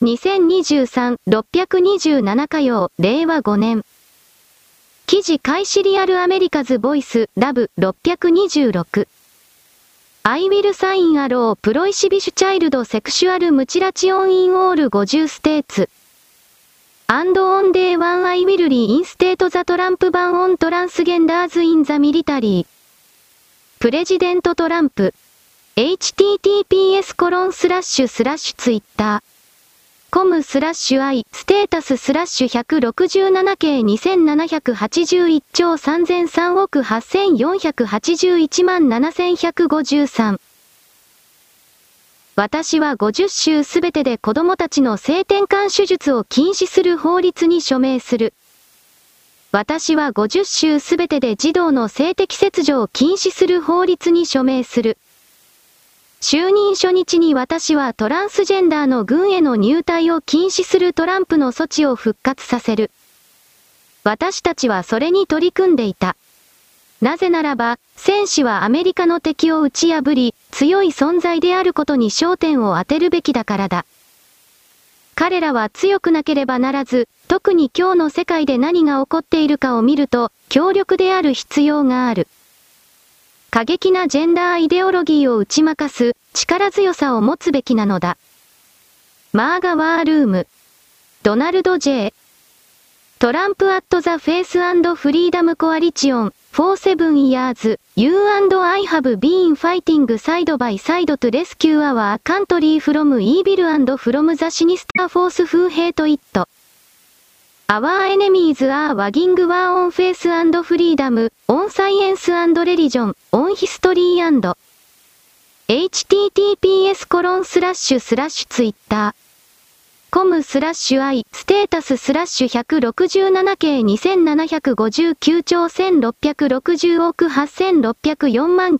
2023-627火曜、令和5年。記事開始リアルアメリカズボイス、ラブ626。I will sign a law prohibit child sexual mutilation in all 50 states. And on day one I will reinstate the Trump ban on transgenders in the military. プレジデントトランプ。https://twitter.com/i ステータス/167系2781兆3003億8481万7153。私は50州すべてで子供たちの性転換手術を禁止する法律に署名する。私は50州すべてで児童の性的切除を禁止する法律に署名する。就任初日に私はトランスジェンダーの軍への入隊を禁止するトランプの措置を復活させる。私たちはそれに取り組んでいた。なぜならば、戦士はアメリカの敵を打ち破り、強い存在であることに焦点を当てるべきだからだ。彼らは強くなければならず、特に今日の世界で何が起こっているかを見ると、強力である必要がある。過激なジェンダーイデオロギーを打ち負かす力強さを持つべきなのだ。マーガ・ワールーム。ドナルド・ J。トランプ・アット・ザ・フェイス・アンド・フリーダム・コアリチオン。For 7 years, you and I have been fighting side by side to rescue our country from evil and from the sinister force who hate it. Our enemies are waging war on faith and freedom, on science and religion, on history and https://twitter.com/i ステータス/167系2759兆1660億8604万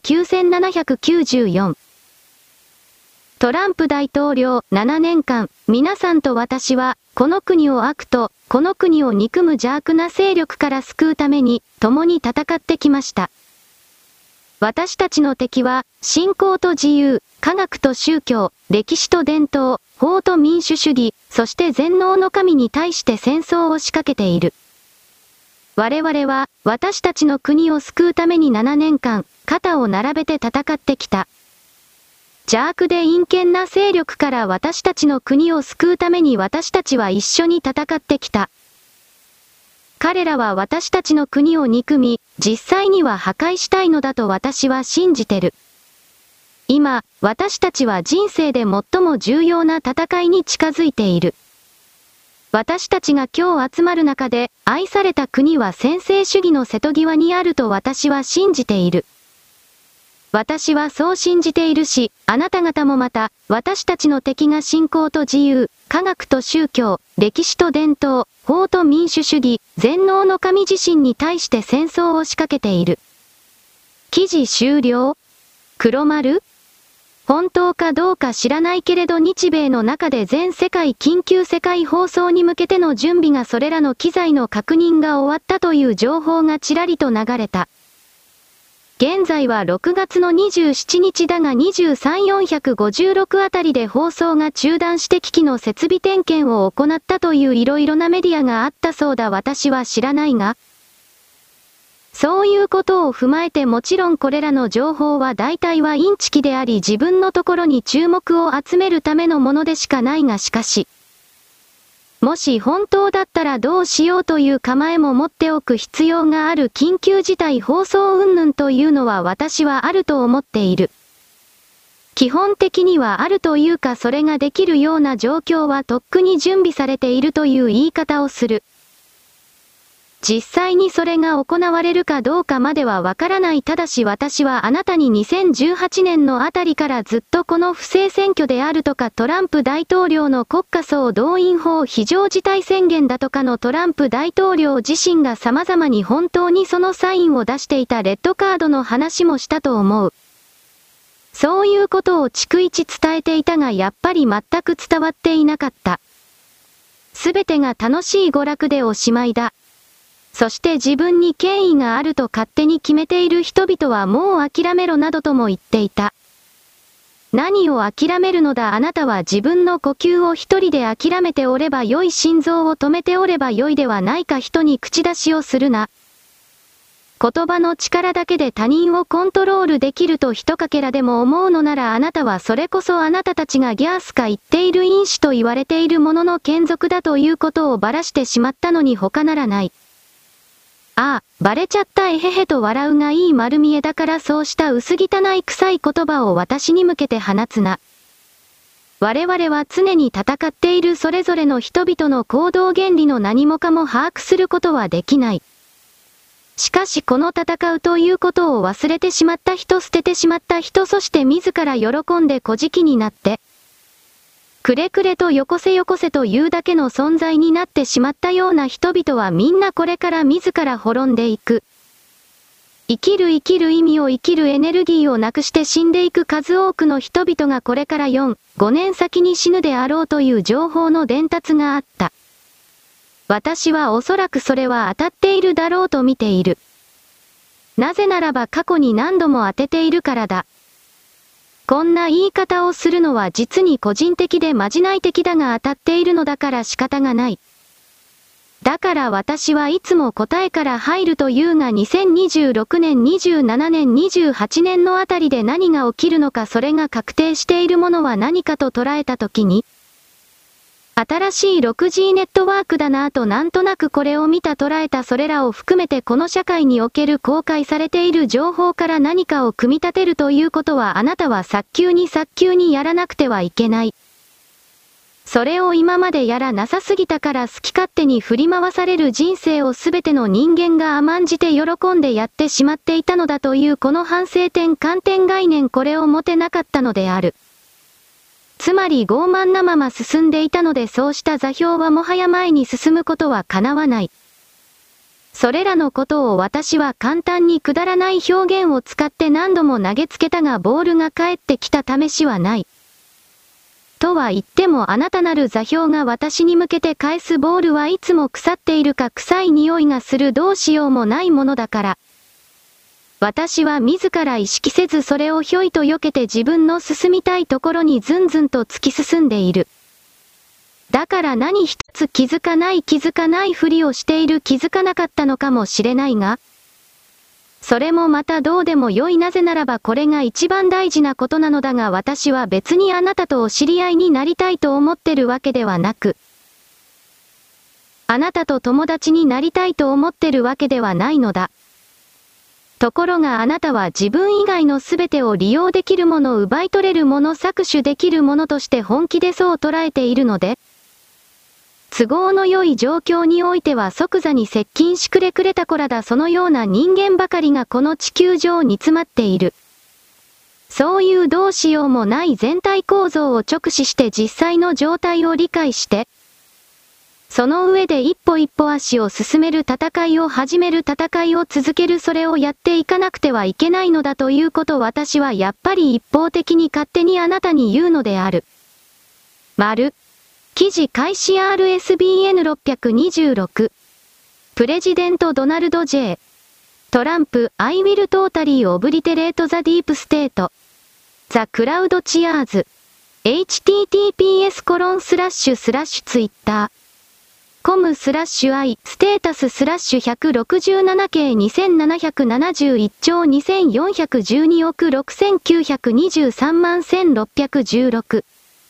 9794。トランプ大統領7年間、皆さんと私は、この国を悪と、この国を憎む邪悪な勢力から救うために、共に戦ってきました。私たちの敵は、信仰と自由、科学と宗教、歴史と伝統、法と民主主義、そして全能の神に対して戦争を仕掛けている。我々は、私たちの国を救うために7年間、肩を並べて戦ってきた。邪悪で陰険な勢力から私たちの国を救うために私たちは一緒に戦ってきた。彼らは私たちの国を憎み、実際には破壊したいのだと私は信じてる。今、私たちは人生で最も重要な戦いに近づいている。私たちが今日集まる中で、愛された国は専制主義の瀬戸際にあると私は信じている。私はそう信じているし、あなた方もまた、私たちの敵が信仰と自由、科学と宗教、歴史と伝統、法と民主主義、全能の神自身に対して戦争を仕掛けている。記事終了。黒丸？本当かどうか知らないけれど日米の中で全世界緊急世界放送に向けての準備がそれらの機材の確認が終わったという情報がちらりと流れた。現在は6月の27日だが23456あたりで放送が中断して機器の設備点検を行ったといういろいろなメディアがあったそうだ。私は知らないが。そういうことを踏まえてもちろんこれらの情報は大体はインチキであり自分のところに注目を集めるためのものでしかないがしかし。もし本当だったらどうしようという構えも持っておく必要がある緊急事態放送云々というのは私はあると思っている。基本的にはあるというかそれができるような状況はとっくに準備されているという言い方をする。実際にそれが行われるかどうかまではわからない。ただし私はあなたに2018年のあたりからずっとこの不正選挙であるとかトランプ大統領の国家総動員法非常事態宣言だとかのトランプ大統領自身が様々に本当にそのサインを出していたレッドカードの話もしたと思う。そういうことを逐一伝えていたがやっぱり全く伝わっていなかった。すべてが楽しい娯楽でおしまいだ。そして自分に権威があると勝手に決めている人々はもう諦めろなどとも言っていた。 何を諦めるのだあなたは自分の呼吸を一人で諦めておればよい心臓を止めておればよいではないか人に口出しをするな。言葉の力だけで他人をコントロールできると一かけらでも思うのならあなたはそれこそあなたたちがギャースか言っている因子と言われているものの眷属だということをばらしてしまったのに他ならない。ああ、バレちゃったえへへと笑うがいい丸見えだからそうした薄汚い臭い言葉を私に向けて放つな。我々は常に戦っているそれぞれの人々の行動原理の何もかも把握することはできない。しかしこの戦うということを忘れてしまった人捨ててしまった人そして自ら喜んで小じになって、くれくれとよこせよこせというだけの存在になってしまったような人々はみんなこれから自ら滅んでいく。生きる意味を生きるエネルギーをなくして死んでいく数多くの人々がこれから4、5年先に死ぬであろうという情報の伝達があった。私はおそらくそれは当たっているだろうと見ている。なぜならば過去に何度も当てているからだ。こんな言い方をするのは実に個人的でまじない的だが当たっているのだから仕方がない。だから私はいつも答えから入るというが2026年27年28年のあたりで何が起きるのかそれが確定しているものは何かと捉えたときに、新しい 6G ネットワークだなぁとなんとなくこれを見た捉えたそれらを含めてこの社会における公開されている情報から何かを組み立てるということはあなたは早急にやらなくてはいけない。それを今までやらなさすぎたから好き勝手に振り回される人生をすべての人間が甘んじて喜んでやってしまっていたのだというこの反省点観点概念これを持てなかったのである。つまり傲慢なまま進んでいたのでそうした座標はもはや前に進むことは叶わない。それらのことを私は簡単にくだらない表現を使って何度も投げつけたがボールが返ってきた試しはない。とは言ってもあなたなる座標が私に向けて返すボールはいつも腐っているか臭い匂いがするどうしようもないものだから。私は自ら意識せずそれをひょいと避けて自分の進みたいところにずんずんと突き進んでいる。だから何一つ気づかないふりをしている気づかなかったのかもしれないが、それもまたどうでもよいなぜならばこれが一番大事なことなのだが私は別にあなたとお知り合いになりたいと思ってるわけではなく、あなたと友達になりたいと思ってるわけではないのだ。ところがあなたは自分以外のすべてを利用できるもの奪い取れるもの搾取できるものとして本気でそう捉えているので、都合の良い状況においては即座に接近しくれた子らだそのような人間ばかりがこの地球上に詰まっている。そういうどうしようもない全体構造を直視して実際の状態を理解して、その上で一歩一歩足を進める戦いを始める戦いを続けるそれをやっていかなくてはいけないのだということ私はやっぱり一方的に勝手にあなたに言うのである。記事開始 RSBN626 プレジデントドナルド J トランプ I will totally obliterate the deep state The Cloud Cheers https://twitter com/i ステータス/167系2771兆2412億6923万1616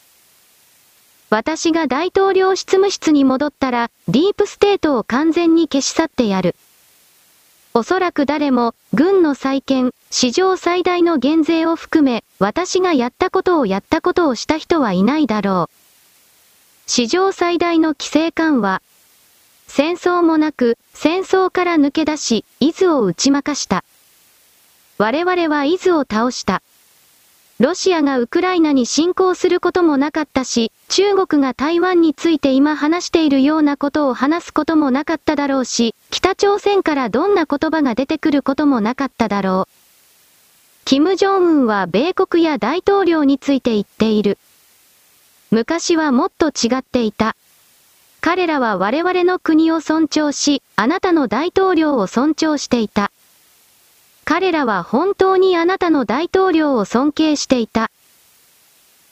私が大統領執務室に戻ったら、ディープステートを完全に消し去ってやる。おそらく誰も、軍の再建、史上最大の減税を含め、私がやったことをした人はいないだろう。史上最大の規制緩和。戦争もなく、戦争から抜け出し、イズを打ち負かした。我々はイズを倒した。ロシアがウクライナに侵攻することもなかったし、中国が台湾について今話しているようなことを話すこともなかっただろうし、北朝鮮からどんな言葉が出てくることもなかっただろう。金正恩は米国や大統領について言っている。昔はもっと違っていた。彼らは我々の国を尊重し、あなたの大統領を尊重していた。彼らは本当にあなたの大統領を尊敬していた。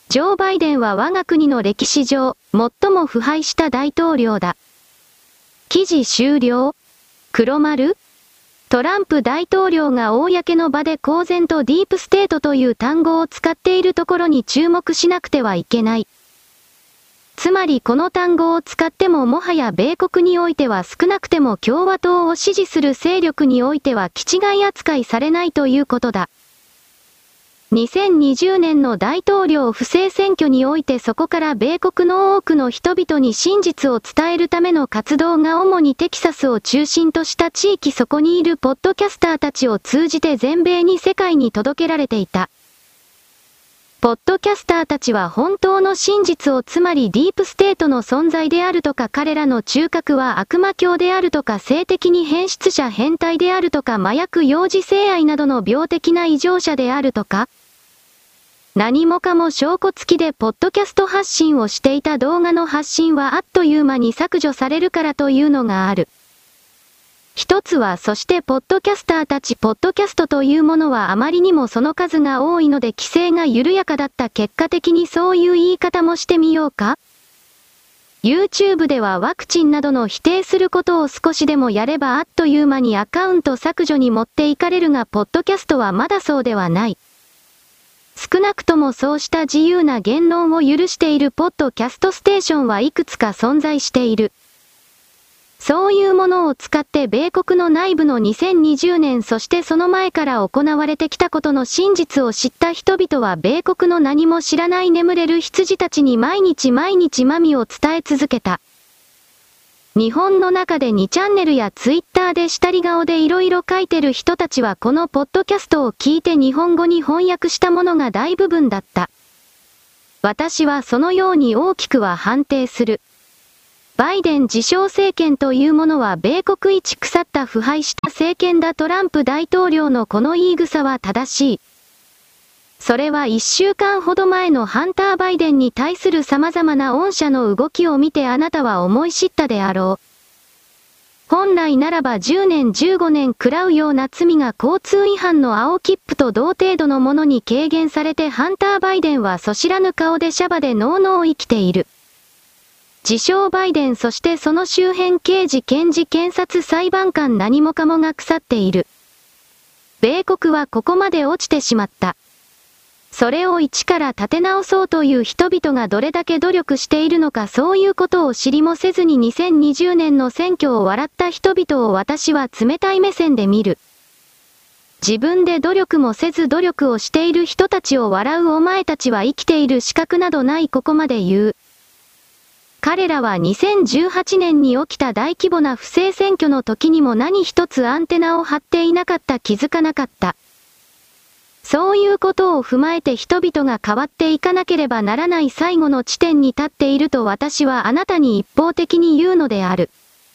ジョー・バイデンは我が国の歴史上、最も腐敗した大統領だ。記事終了。黒丸？トランプ大統領が公の場で公然とディープステートという単語を使っているところに注目しなくてはいけない。つまりこの単語を使ってももはや米国においては少なくても共和党を支持する勢力においては気違い扱いされないということだ。2020年の大統領不正選挙においてそこから米国の多くの人々に真実を伝えるための活動が主にテキサスを中心とした地域そこにいるポッドキャスターたちを通じて全米に世界に届けられていた。ポッドキャスターたちは本当の真実をつまりディープステートの存在であるとか彼らの中核は悪魔教であるとか性的に変質者変態であるとか麻薬幼児性愛などの病的な異常者であるとか何もかも証拠付きでポッドキャスト発信をしていた動画の発信はあっという間に削除されるからというのがある。一つはそしてポッドキャスターたちポッドキャストというものはあまりにもその数が多いので規制が緩やかだった結果的にそういう言い方もしてみようか。YouTube ではワクチンなどの否定することを少しでもやればあっという間にアカウント削除に持っていかれるがポッドキャストはまだそうではない。少なくともそうした自由な言論を許しているポッドキャストステーションはいくつか存在している。そういうものを使って米国の内部の2020年そしてその前から行われてきたことの真実を知った人々は米国の何も知らない眠れる羊たちに毎日マミを伝え続けた。日本の中で2チャンネルやツイッターで下り顔でいろいろ書いてる人たちはこのポッドキャストを聞いて日本語に翻訳したものが大部分だった。私はそのように大きくは判定する。バイデン自称政権というものは米国一腐った腐敗した政権だトランプ大統領のこの言い草は正しい。それは1週間ほど前のハンター・バイデンに対する様々な御社の動きを見てあなたは思い知ったであろう。本来ならば10年15年食らうような罪が交通違反の青切符と同程度のものに軽減されてハンター・バイデンはそしらぬ顔でシャバでのうのう生きている。自称バイデンそしてその周辺刑事検事検察裁判官何もかもが腐っている。米国はここまで落ちてしまった。それを一から立て直そうという人々がどれだけ努力しているのかそういうことを知りもせずに2020年の選挙を笑った人々を私は冷たい目線で見る。自分で努力もせず努力をしている人たちを笑うお前たちは生きている資格などないここまで言う。彼らは2018年に起きた大規模な不正選挙の時にも何一つアンテナを張っていなかった気づかなかった。そういうことを踏まえて人々が変わっていかなければならない最後の地点に立っていると私はあなたに一方的に言うのである。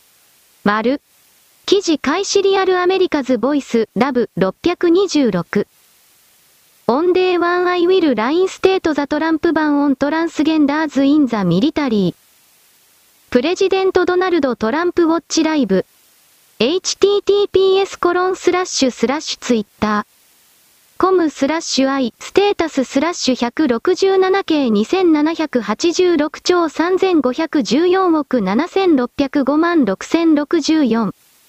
記事開始リアルアメリカズボイスラブ626 On day one I will reinstate the Trump ban on transgenders in the military プレジデントドナルド・トランプウォッチライブ https://twitter.com/i ステータス/167系2786兆3514億7605万6064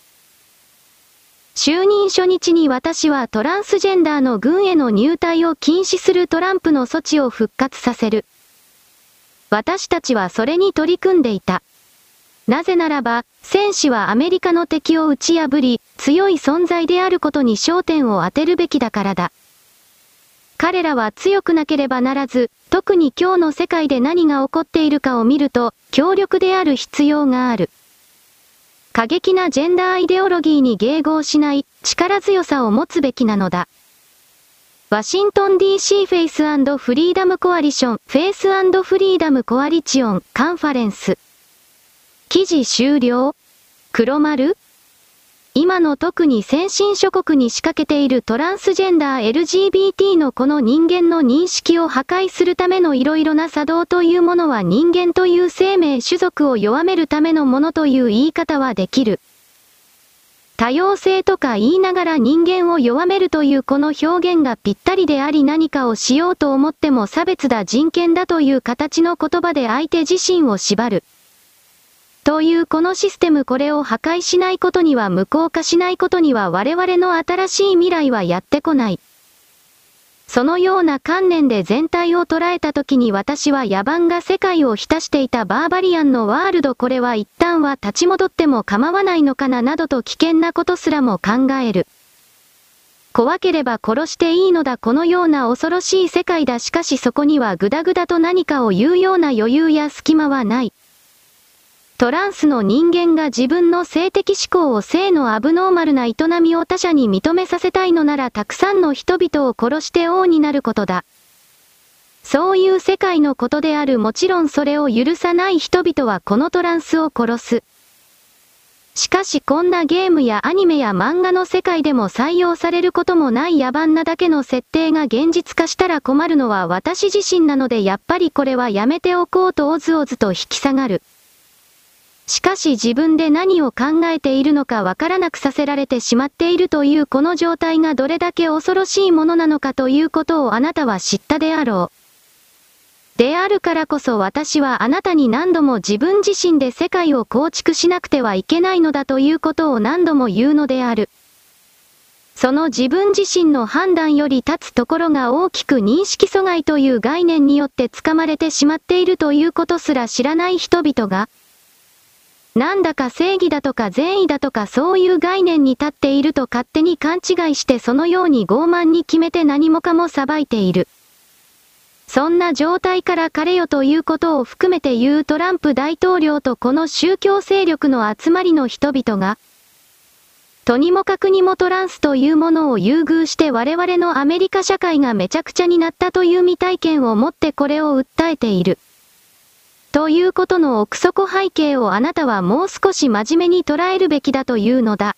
就任初日に私はトランスジェンダーの軍への入隊を禁止するトランプの措置を復活させる。私たちはそれに取り組んでいた。なぜならば、戦士はアメリカの敵を打ち破り、強い存在であることに焦点を当てるべきだからだ。彼らは強くなければならず、特に今日の世界で何が起こっているかを見ると、強力である必要がある。過激なジェンダーイデオロギーに迎合しない力強さを持つべきなのだ。ワシントン DC フェイス&フリーダムコアリション、フェイス&フリーダムコアリチオン、カンファレンス。記事終了。黒丸？今の特に先進諸国に仕掛けているトランスジェンダー LGBT のこの人間の認識を破壊するためのいろいろな作動というものは人間という生命種族を弱めるためのものという言い方はできる。 多様性とか言いながら人間を弱めるというこの表現がぴったりであり何かをしようと思っても差別だ人権だという形の言葉で相手自身を縛る。というこのシステムこれを破壊しないことには無効化しないことには我々の新しい未来はやってこない。そのような観念で全体を捉えたときに私は野蛮が世界を浸していたバーバリアンのワールドこれは一旦は立ち戻っても構わないのかななどと危険なことすらも考える。怖ければ殺していいのだこのような恐ろしい世界だしかしそこにはグダグダと何かを言うような余裕や隙間はない。トランスの人間が自分の性的思考を性のアブノーマルな営みを他者に認めさせたいのならたくさんの人々を殺して王になることだ。そういう世界のことであるもちろんそれを許さない人々はこのトランスを殺す。しかしこんなゲームやアニメや漫画の世界でも採用されることもない野蛮なだけの設定が現実化したら困るのは私自身なのでやっぱりこれはやめておこうとおずおずと引き下がる。しかし自分で何を考えているのかわからなくさせられてしまっているというこの状態がどれだけ恐ろしいものなのかということをあなたは知ったであろう。であるからこそ私はあなたに何度も自分自身で世界を構築しなくてはいけないのだということを何度も言うのである。その自分自身の判断より立つところが大きく認識阻害という概念によって掴まれてしまっているということすら知らない人々が、なんだか正義だとか善意だとかそういう概念に立っていると勝手に勘違いしてそのように傲慢に決めて何もかも裁いている。そんな状態から彼よということを含めて言うトランプ大統領とこの宗教勢力の集まりの人々が、とにもかくにもトランスというものを優遇して我々のアメリカ社会がめちゃくちゃになったという未体験をもってこれを訴えている。ということの奥底背景をあなたはもう少し真面目に捉えるべきだというのだ。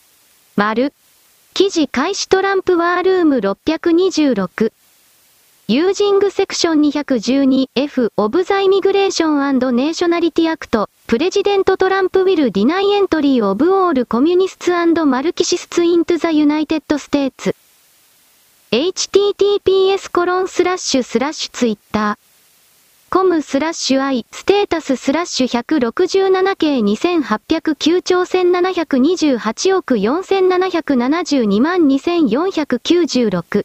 記事開始トランプワールーム626。ユージングセクション 212F オブザイミグレーション&ネーショナリティアクト、プレジデントトランプウィルディナイエントリーオブオールコミュニスツ&マルキシスツイントゥザユナイテッドステーツ。https://twitter com/i ステータス/167系2809兆1728億4772万2496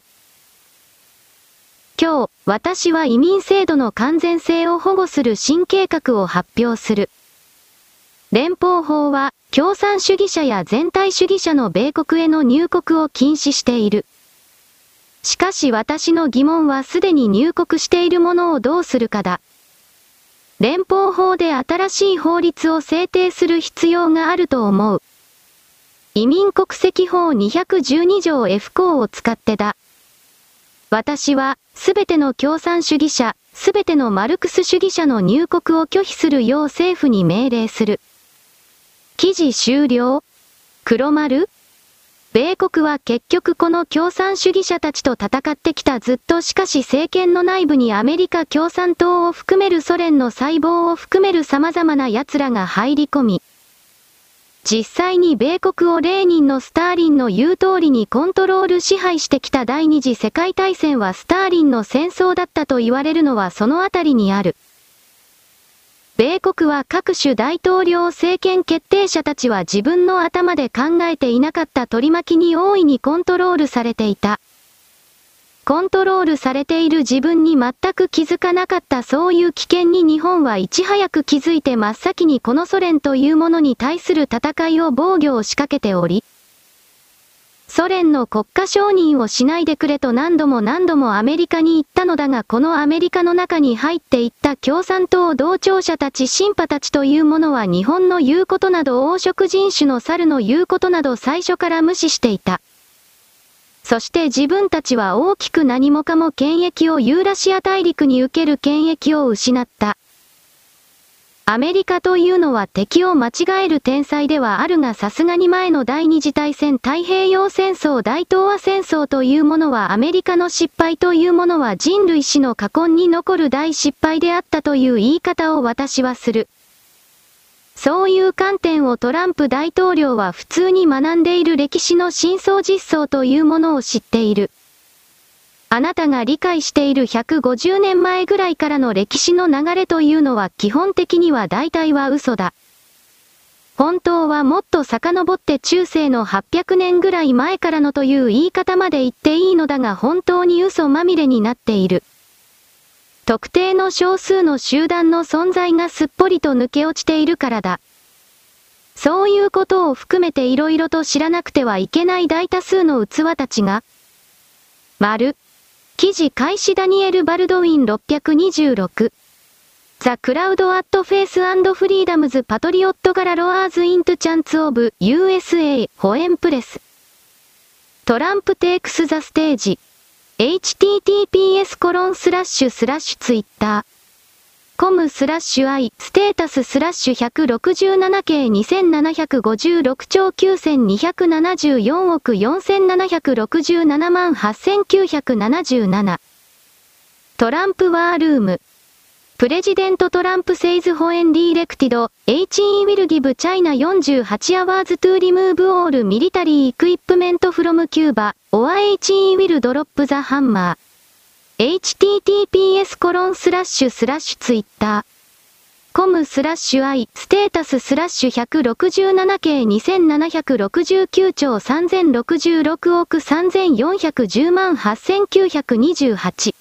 今日、私は移民制度の完全性を保護する新計画を発表する。連邦法は、共産主義者や全体主義者の米国への入国を禁止している。しかし私の疑問はすでに入国しているものをどうするかだ。連邦法で新しい法律を制定する必要があると思う。移民国籍法212条 F 項を使ってだ。私は、すべての共産主義者、すべてのマルクス主義者の入国を拒否するよう政府に命令する。記事終了。黒丸米国は結局この共産主義者たちと戦ってきたずっとしかし政権の内部にアメリカ共産党を含めるソ連の細胞を含める様々な奴らが入り込み、実際に米国をレーニンのスターリンの言う通りにコントロール支配してきた第二次世界大戦はスターリンの戦争だったと言われるのはそのあたりにある。米国は各種大統領政権決定者たちは自分の頭で考えていなかった取り巻きに大いにコントロールされていた。コントロールされている自分に全く気づかなかったそういう危険に日本はいち早く気づいて真っ先にこのソ連というものに対する戦いを防御を仕掛けており、ソ連の国家承認をしないでくれと何度も何度もアメリカに言ったのだがこのアメリカの中に入っていった共産党同調者たちシンパたちというものは日本の言うことなど黄色人種の猿の言うことなど最初から無視していた。そして自分たちは大きく何もかも権益をユーラシア大陸に受ける権益を失った。アメリカというのは敵を間違える天才ではあるがさすがに前の第二次大戦太平洋戦争大東亜戦争というものはアメリカの失敗というものは人類史の禍根に残る大失敗であったという言い方を私はする。 そういう観点をトランプ大統領は普通に学んでいる歴史の真相実相というものを知っている。あなたが理解している150年前ぐらいからの歴史の流れというのは基本的には大体は嘘だ。本当はもっと遡って中世の800年ぐらい前からのという言い方まで言っていいのだが本当に嘘まみれになっている。特定の少数の集団の存在がすっぽりと抜け落ちているからだ。そういうことを含めて色々と知らなくてはいけない大多数の器たちが、記事開始ダニエル・バルドウィン626。ザ・クラウド・アット・フェイス・アンド・フリーダムズ・パトリオット・ガラ・ロアーズ・イント・チャンツ・オブ・ USA ホエンプレス。トランプ・テイクス・ザ・ステージ。https://twitter.com/i ステータス/167系2756兆9274億4767万8977トランプワールームプレジデントトランプセイズホエンリーレクティド HE will give China 48 hours to remove all military equipment from Cuba or HE will drop the hammer https://twitter.com/i ステータス/167系2769兆3066億3410万8928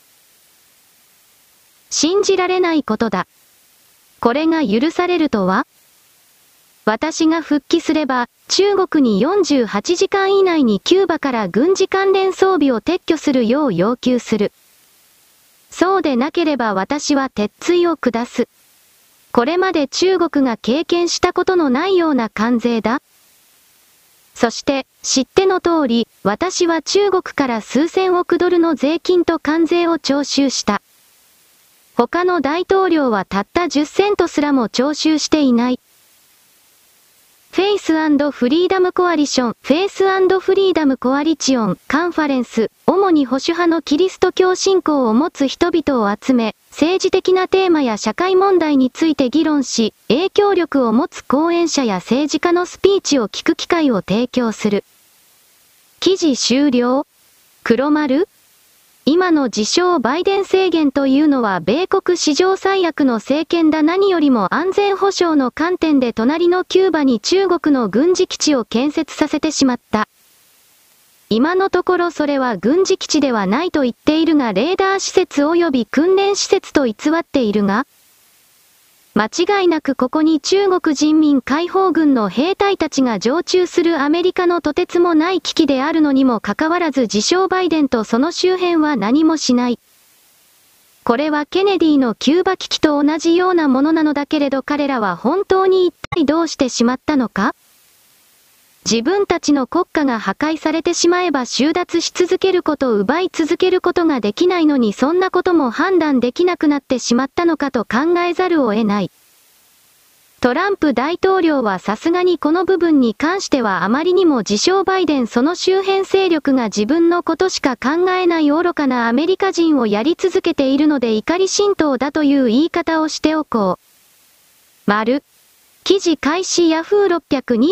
信じられないことだ。これが許されるとは？私が復帰すれば、中国に48時間以内にキューバから軍事関連装備を撤去するよう要求する。そうでなければ私は鉄槌を下す。これまで中国が経験したことのないような関税だ。そして、知っての通り、私は中国から数千億ドルの税金と関税を徴収した。他の大統領はたった10セントすらも徴収していない。フェイス&フリーダムコアリション、フェイス&フリーダムコアリチオン、カンファレンス、主に保守派のキリスト教信仰を持つ人々を集め、政治的なテーマや社会問題について議論し、影響力を持つ講演者や政治家のスピーチを聞く機会を提供する。記事終了。黒丸？今の自称バイデン政権というのは米国史上最悪の政権だ。何よりも安全保障の観点で隣のキューバに中国の軍事基地を建設させてしまった。今のところそれは軍事基地ではないと言っているがレーダー施設及び訓練施設と偽っているが、間違いなくここに中国人民解放軍の兵隊たちが常駐するアメリカのとてつもない危機であるのにもかかわらず自称バイデンとその周辺は何もしない。これはケネディのキューバ危機と同じようなものなのだけれど彼らは本当に一体どうしてしまったのか？自分たちの国家が破壊されてしまえば収奪し続けること奪い続けることができないのにそんなことも判断できなくなってしまったのかと考えざるを得ない。トランプ大統領はさすがにこの部分に関してはあまりにも自称バイデンその周辺勢力が自分のことしか考えない愚かなアメリカ人をやり続けているので怒り心頭だという言い方をしておこう。記事開始ヤフー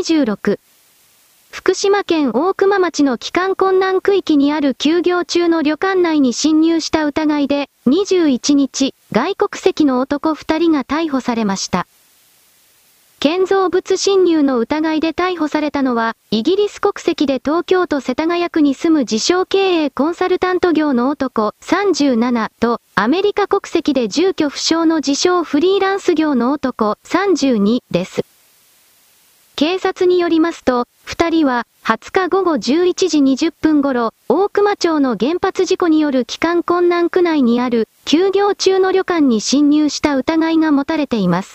626福島県大熊町の帰還困難区域にある休業中の旅館内に侵入した疑いで、21日、外国籍の男2人が逮捕されました。建造物侵入の疑いで逮捕されたのは、イギリス国籍で東京都世田谷区に住む自称経営コンサルタント業の男37と、アメリカ国籍で住居不詳の自称フリーランス業の男32です。警察によりますと、2人は20日午後11時20分頃、大熊町の原発事故による帰還困難区内にある休業中の旅館に侵入した疑いが持たれています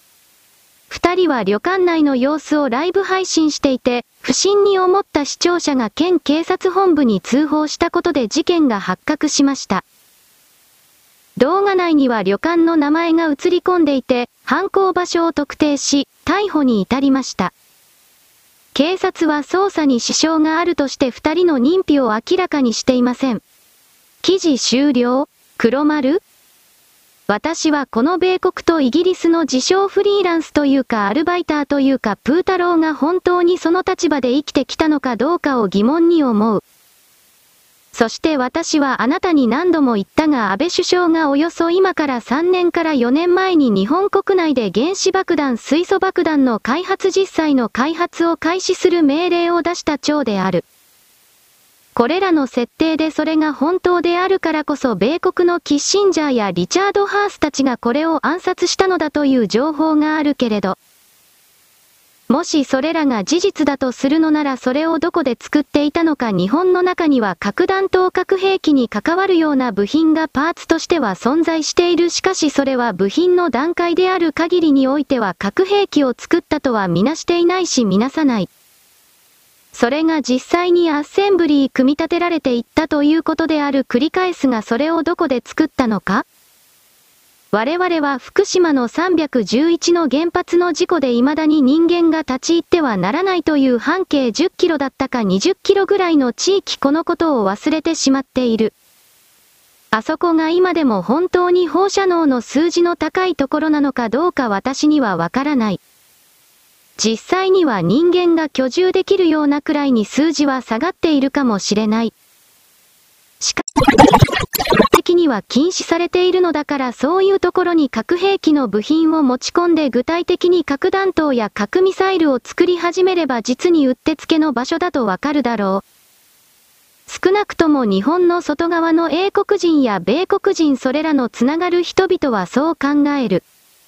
。2人は旅館内の様子をライブ配信していて、不審に思った視聴者が県警察本部に通報したことで事件が発覚しました。動画内には旅館の名前が映り込んでいて、犯行場所を特定し、逮捕に至りました。警察は捜査に支障があるとして2人の認否を明らかにしていません。記事終了。黒丸？ 私はこの米国とイギリスの自称フリーランスというかアルバイターというかプー太郎が本当にその立場で生きてきたのかどうかを疑問に思う。そして私はあなたに何度も言ったが安倍首相がおよそ今から3年から4年前に日本国内で原子爆弾水素爆弾の開発実際の開発を開始する命令を出した長である。これらの設定でそれが本当であるからこそ米国のキッシンジャーやリチャード・ハースたちがこれを暗殺したのだという情報があるけれど、もしそれらが事実だとするのならそれをどこで作っていたのか。日本の中には核弾頭核兵器に関わるような部品がパーツとしては存在している。しかしそれは部品の段階である限りにおいては核兵器を作ったとはみなしていないしみなさない。それが実際にアッセンブリー組み立てられていったということである。繰り返すがそれをどこで作ったのか？我々は福島の311の原発の事故で未だに人間が立ち入ってはならないという半径10キロだったか20キロぐらいの地域このことを忘れてしまっている。あそこが今でも本当に放射能の数字の高いところなのかどうか私にはわからない。実際には人間が居住できるようなくらいに数字は下がっているかもしれない。しかし、的には禁止されているのだからそういうところに核兵器の部品を持ち込んで具体的に核弾頭や核ミサイルを作り始めれば実にうってつけの場所だとわかるだろう。少なくとも日本の外側の英国人や米国人それらのつながる人々はそう考える。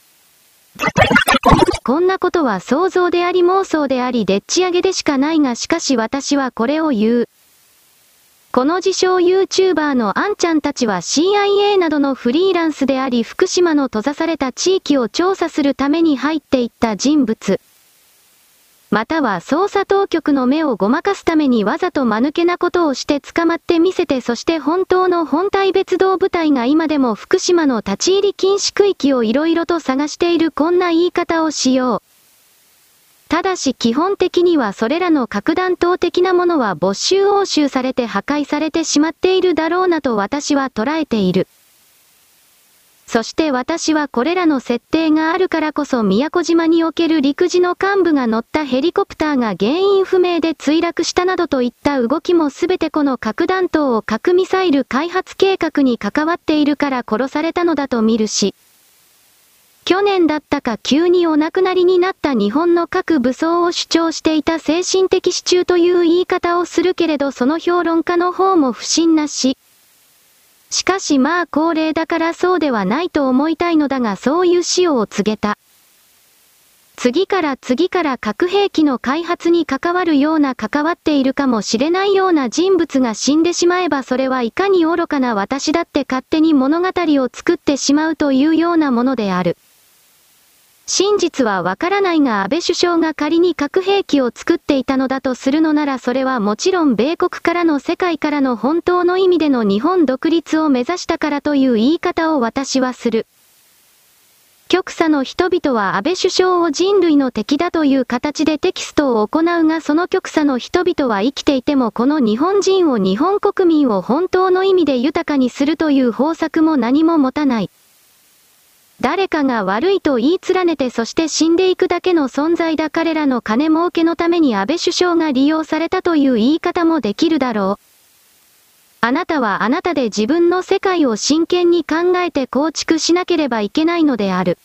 こんなことは想像であり妄想でありでっち上げでしかないがしかし私はこれを言う。この自称 YouTuber のあんちゃんたちは CIA などのフリーランスであり福島の閉ざされた地域を調査するために入っていった人物。または捜査当局の目をごまかすためにわざと間抜けなことをして捕まってみせてそして本当の本体別動部隊が今でも福島の立ち入り禁止区域をいろいろと探しているこんな言い方をしよう。ただし基本的にはそれらの核弾頭的なものは没収押収されて破壊されてしまっているだろうなと私は捉えている。そして私はこれらの設定があるからこそ宮古島における陸自の幹部が乗ったヘリコプターが原因不明で墜落したなどといった動きもすべてこの核弾頭を核ミサイル開発計画に関わっているから殺されたのだと見るし、去年だったか急にお亡くなりになった日本の各武装を主張していた精神的支柱という言い方をするけれどその評論家の方も不審なし。しかしまあ高齢だからそうではないと思いたいのだがそういう死を告げた。次から核兵器の開発に関わるような関わっているかもしれないような人物が死んでしまえばそれはいかに愚かな私だって勝手に物語を作ってしまうというようなものである。真実はわからないが安倍首相が仮に核兵器を作っていたのだとするのならそれはもちろん米国からの世界からの本当の意味での日本独立を目指したからという言い方を私はする。極左の人々は安倍首相を人類の敵だという形でテキストを行うがその極左の人々は生きていてもこの日本人を日本国民を本当の意味で豊かにするという方策も何も持たない。誰かが悪いと言い連ねてそして死んでいくだけの存在だ彼らの金儲けのために安倍首相が利用されたという言い方もできるだろう。あなたはあなたで自分の世界を真剣に考えて構築しなければいけないのである。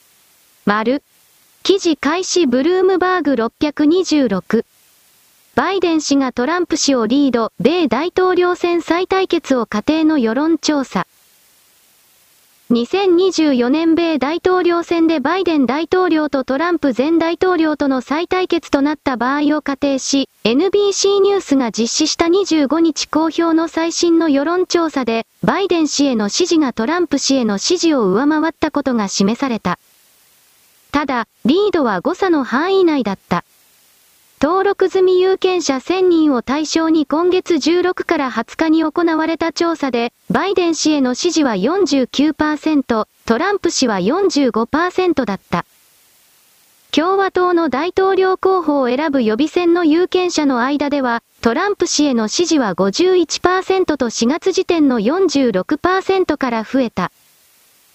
記事開始ブルームバーグ626。バイデン氏がトランプ氏をリード、米大統領選再対決を仮定の世論調査。2024年米大統領選でバイデン大統領とトランプ前大統領との再対決となった場合を仮定し、NBC ニュースが実施した25日公表の最新の世論調査で、バイデン氏への支持がトランプ氏への支持を上回ったことが示された。ただ、リードは誤差の範囲内だった。登録済み有権者1000人を対象に今月16から20日に行われた調査で、バイデン氏への支持は 49%、トランプ氏は 45% だった。共和党の大統領候補を選ぶ予備選の有権者の間では、トランプ氏への支持は 51% と4月時点の 46% から増えた。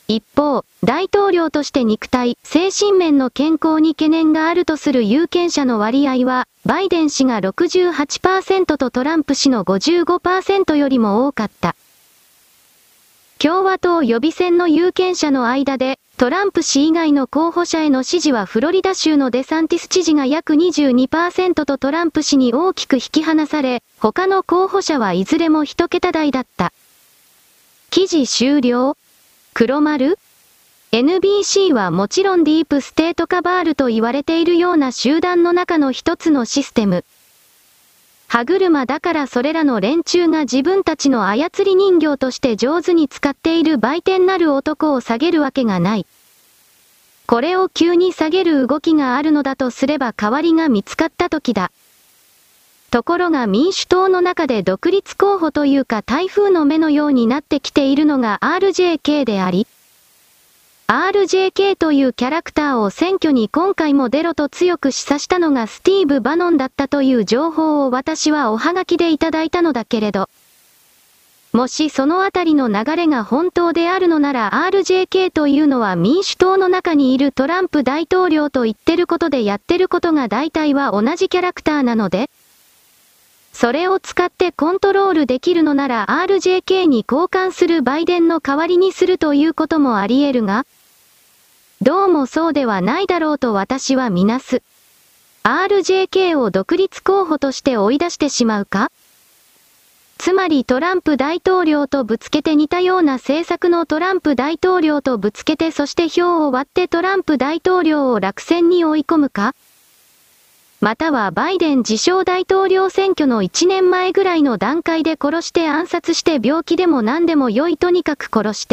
一方、大統領として肉体、精神面の健康に懸念があるとする有権者の割合は、バイデン氏が 68% とトランプ氏の 55% よりも多かった。共和党予備選の有権者の間で、トランプ氏以外の候補者への支持はフロリダ州のデサンティス知事が約 22% とトランプ氏に大きく引き離され、他の候補者はいずれも一桁台だった。記事終了。黒丸 ?NBC はもちろんディープステートカバールと言われているような集団の中の一つのシステム。歯車だからそれらの連中が自分たちの操り人形として上手に使っている売店なる男を下げるわけがない。これを急に下げる動きがあるのだとすれば代わりが見つかった時だ。ところが民主党の中で独立候補というか台風の目のようになってきているのが RJK であり、RJK というキャラクターを選挙に今回も出ろと強く示唆したのがスティーブ・バノンだったという情報を私はおはがきでいただいたのだけれど、もしそのあたりの流れが本当であるのなら RJK というのは民主党の中にいるトランプ大統領と言ってることでやってることが大体は同じキャラクターなので、それを使ってコントロールできるのなら RJK に交換するバイデンの代わりにするということもあり得るが、どうもそうではないだろうと私はみなす。RJK を独立候補として追い出してしまうか？つまりトランプ大統領とぶつけて似たような政策のトランプ大統領とぶつけてそして票を割ってトランプ大統領を落選に追い込むか？またはバイデン自称大統領選挙の1年前ぐらいの段階で殺して暗殺して病気でも何でも良いとにかく殺して、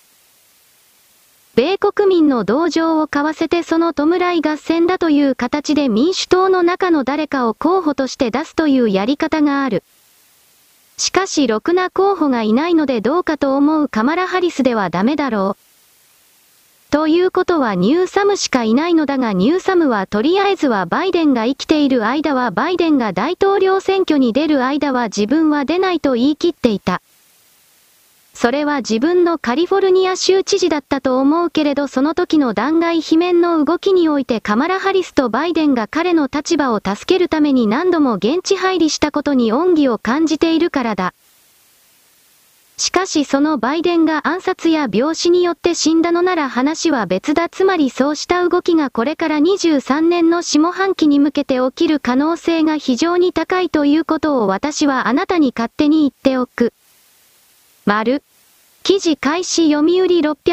米国民の同情を買わせてその弔い合戦だという形で民主党の中の誰かを候補として出すというやり方がある。しかしろくな候補がいないのでどうかと思うカマラ・ハリスではダメだろう。ということはニューサムしかいないのだがニューサムはとりあえずはバイデンが生きている間はバイデンが大統領選挙に出る間は自分は出ないと言い切っていた。それは自分のカリフォルニア州知事だったと思うけれどその時の弾劾罷免の動きにおいてカマラ・ハリスとバイデンが彼の立場を助けるために何度も現地入りしたことに恩義を感じているからだ。しかしそのバイデンが暗殺や病死によって死んだのなら話は別だ。つまりそうした動きがこれから23年の下半期に向けて起きる可能性が非常に高いということを私はあなたに勝手に言っておく。丸。記事開始読売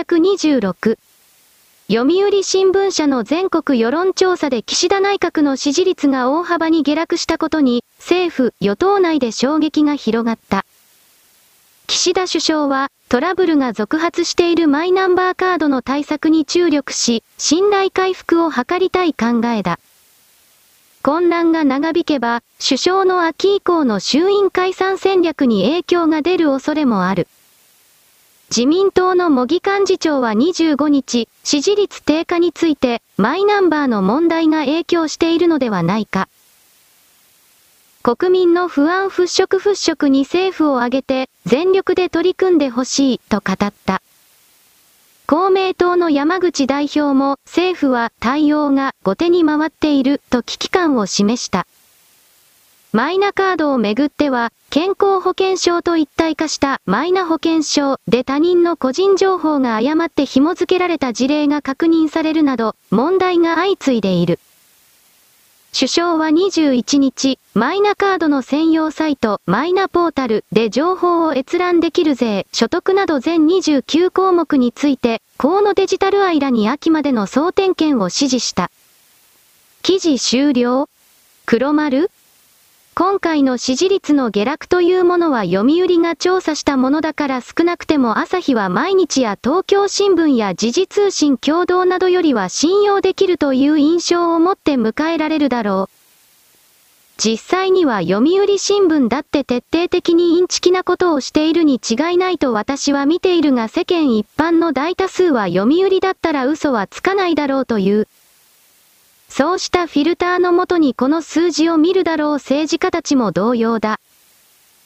626。読売新聞社の全国世論調査で岸田内閣の支持率が大幅に下落したことに、政府、与党内で衝撃が広がった。岸田首相は、トラブルが続発しているマイナンバーカードの対策に注力し、信頼回復を図りたい考えだ。混乱が長引けば、首相の秋以降の衆院解散戦略に影響が出る恐れもある。自民党の茂木幹事長は25日、支持率低下について、マイナンバーの問題が影響しているのではないか。国民の不安払拭に政府を挙げて、全力で取り組んでほしい、と語った。公明党の山口代表も、政府は対応が後手に回っている、と危機感を示した。マイナカードをめぐっては、健康保険証と一体化したマイナ保険証で他人の個人情報が誤って紐付けられた事例が確認されるなど、問題が相次いでいる。首相は21日、マイナカードの専用サイト、マイナポータルで情報を閲覧できる税、所得など全29項目について、河野デジタルアイらに秋までの総点検を指示した。記事終了。黒丸？今回の支持率の下落というものは読売が調査したものだから少なくても朝日は毎日や東京新聞や時事通信共同などよりは信用できるという印象を持って迎えられるだろう。実際には読売新聞だって徹底的にインチキなことをしているに違いないと私は見ているが世間一般の大多数は読売だったら嘘はつかないだろうという。そうしたフィルターのもとにこの数字を見るだろう政治家たちも同様だ。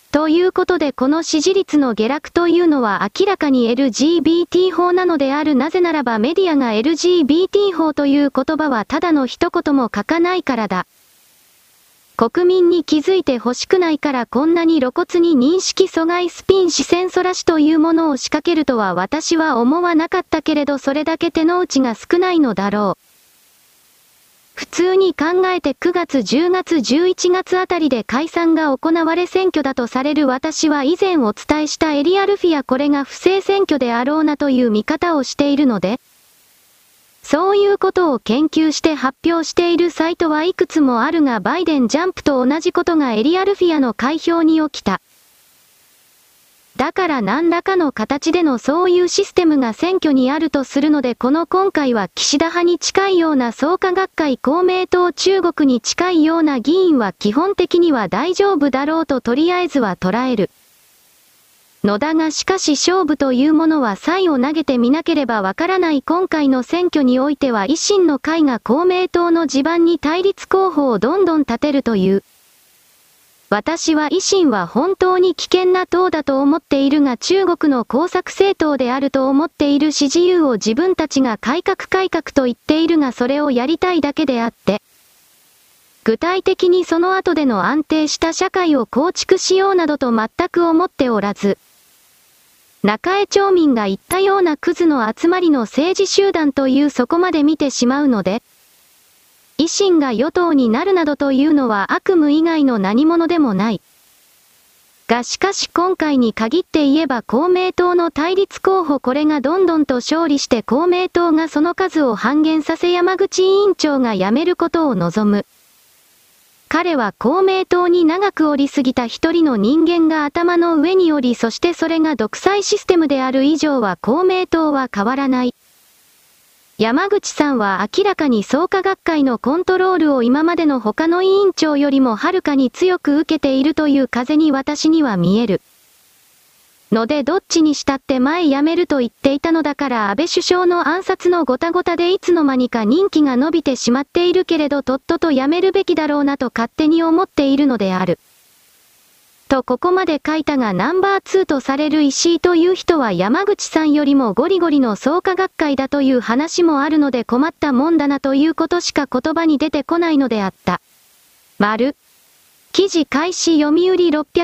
ということでこの支持率の下落というのは明らかに LGBT 法なのである。なぜならばメディアが LGBT 法という言葉はただの一言も書かないからだ。国民に気づいて欲しくないからこんなに露骨に認識阻害スピン視線そらしというものを仕掛けるとは私は思わなかったけれどそれだけ手の内が少ないのだろう。普通に考えて9月10月11月あたりで解散が行われ選挙だとされる。私は以前お伝えしたエリアルフィアこれが不正選挙であろうなという見方をしているので、そういうことを研究して発表しているサイトはいくつもあるがバイデンジャンプと同じことがエリアルフィアの開票に起きた。だから何らかの形でのそういうシステムが選挙にあるとするので今回は岸田派に近いような創価学会公明党中国に近いような議員は基本的には大丈夫だろうととりあえずは捉える。のだがしかし勝負というものは才を投げてみなければわからない。今回の選挙においては維新の会が公明党の地盤に対立候補をどんどん立てるという。私は維新は本当に危険な党だと思っているが中国の工作政党であると思っているし自由を自分たちが改革と言っているがそれをやりたいだけであって。具体的にその後での安定した社会を構築しようなどと全く思っておらず。中江町民が言ったようなクズの集まりの政治集団というそこまで見てしまうので、維新が与党になるなどというのは悪夢以外の何者でもない。がしかし今回に限って言えば公明党の対立候補これがどんどんと勝利して公明党がその数を半減させ山口委員長が辞めることを望む。彼は公明党に長くおりすぎた一人の人間が頭の上におりそしてそれが独裁システムである以上は公明党は変わらない。山口さんは明らかに創価学会のコントロールを今までの他の委員長よりもはるかに強く受けているという風に私には見える。のでどっちにしたって前辞めると言っていたのだから安倍首相の暗殺のごたごたでいつの間にか任期が伸びてしまっているけれどとっとと辞めるべきだろうなと勝手に思っているのである。とここまで書いたがナンバー2とされる石井という人は山口さんよりもゴリゴリの創価学会だという話もあるので困ったもんだなということしか言葉に出てこないのであった。記事開始読売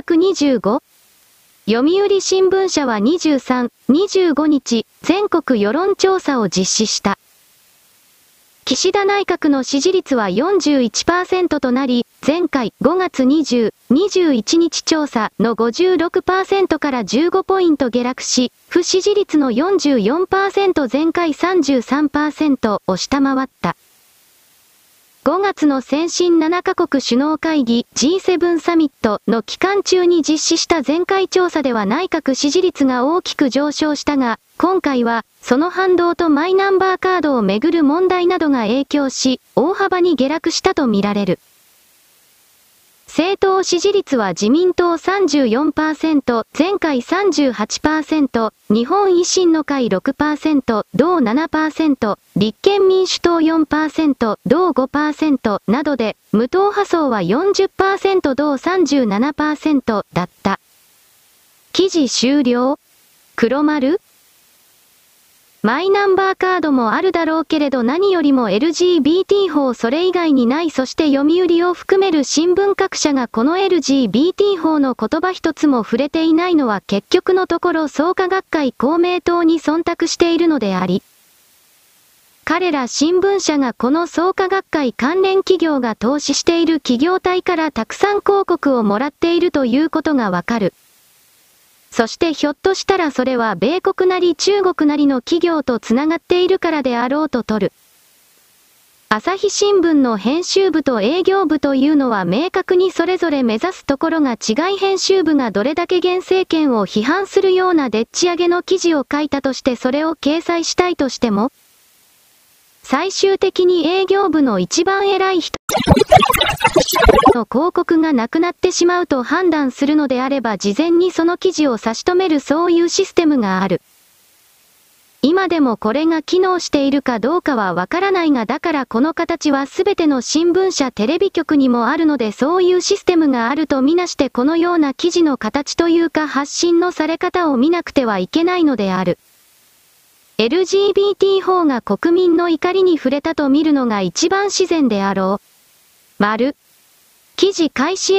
625読売新聞社は23、25日、全国世論調査を実施した。岸田内閣の支持率は 41% となり、前回5月20、21日調査の 56% から15ポイント下落し、不支持率の 44% 前回 33% を下回った。5月の先進7カ国首脳会議 G7 サミットの期間中に実施した前回調査では内閣支持率が大きく上昇したが、今回はその反動とマイナンバーカードをめぐる問題などが影響し、大幅に下落したとみられる。政党支持率は自民党 34%、前回 38%、日本維新の会 6%、同 7%、立憲民主党 4%、同 5% などで、無党派層は 40%、同 37% だった。記事終了。黒丸？マイナンバーカードもあるだろうけれど何よりも LGBT 法それ以外にない。そして読売を含める新聞各社がこの LGBT 法の言葉一つも触れていないのは結局のところ創価学会公明党に忖度しているのであり、彼ら新聞社がこの創価学会関連企業が投資している企業体からたくさん広告をもらっているということがわかる。そしてひょっとしたらそれは米国なり中国なりの企業とつながっているからであろうと取る。朝日新聞の編集部と営業部というのは明確にそれぞれ目指すところが違い。編集部がどれだけ現政権を批判するようなでっち上げの記事を書いたとしてそれを掲載したいとしても、最終的に営業部の一番偉い人の広告がなくなってしまうと判断するのであれば事前にその記事を差し止めるそういうシステムがある。 今でもこれが機能しているかどうかはわからないが、だからこの形はすべての新聞社テレビ局にもあるので、そういうシステムがあるとみなしてこのような記事の形というか発信のされ方を見なくてはいけないのである。LGBT 法が国民の怒りに触れたと見るのが一番自然であろう。記事開始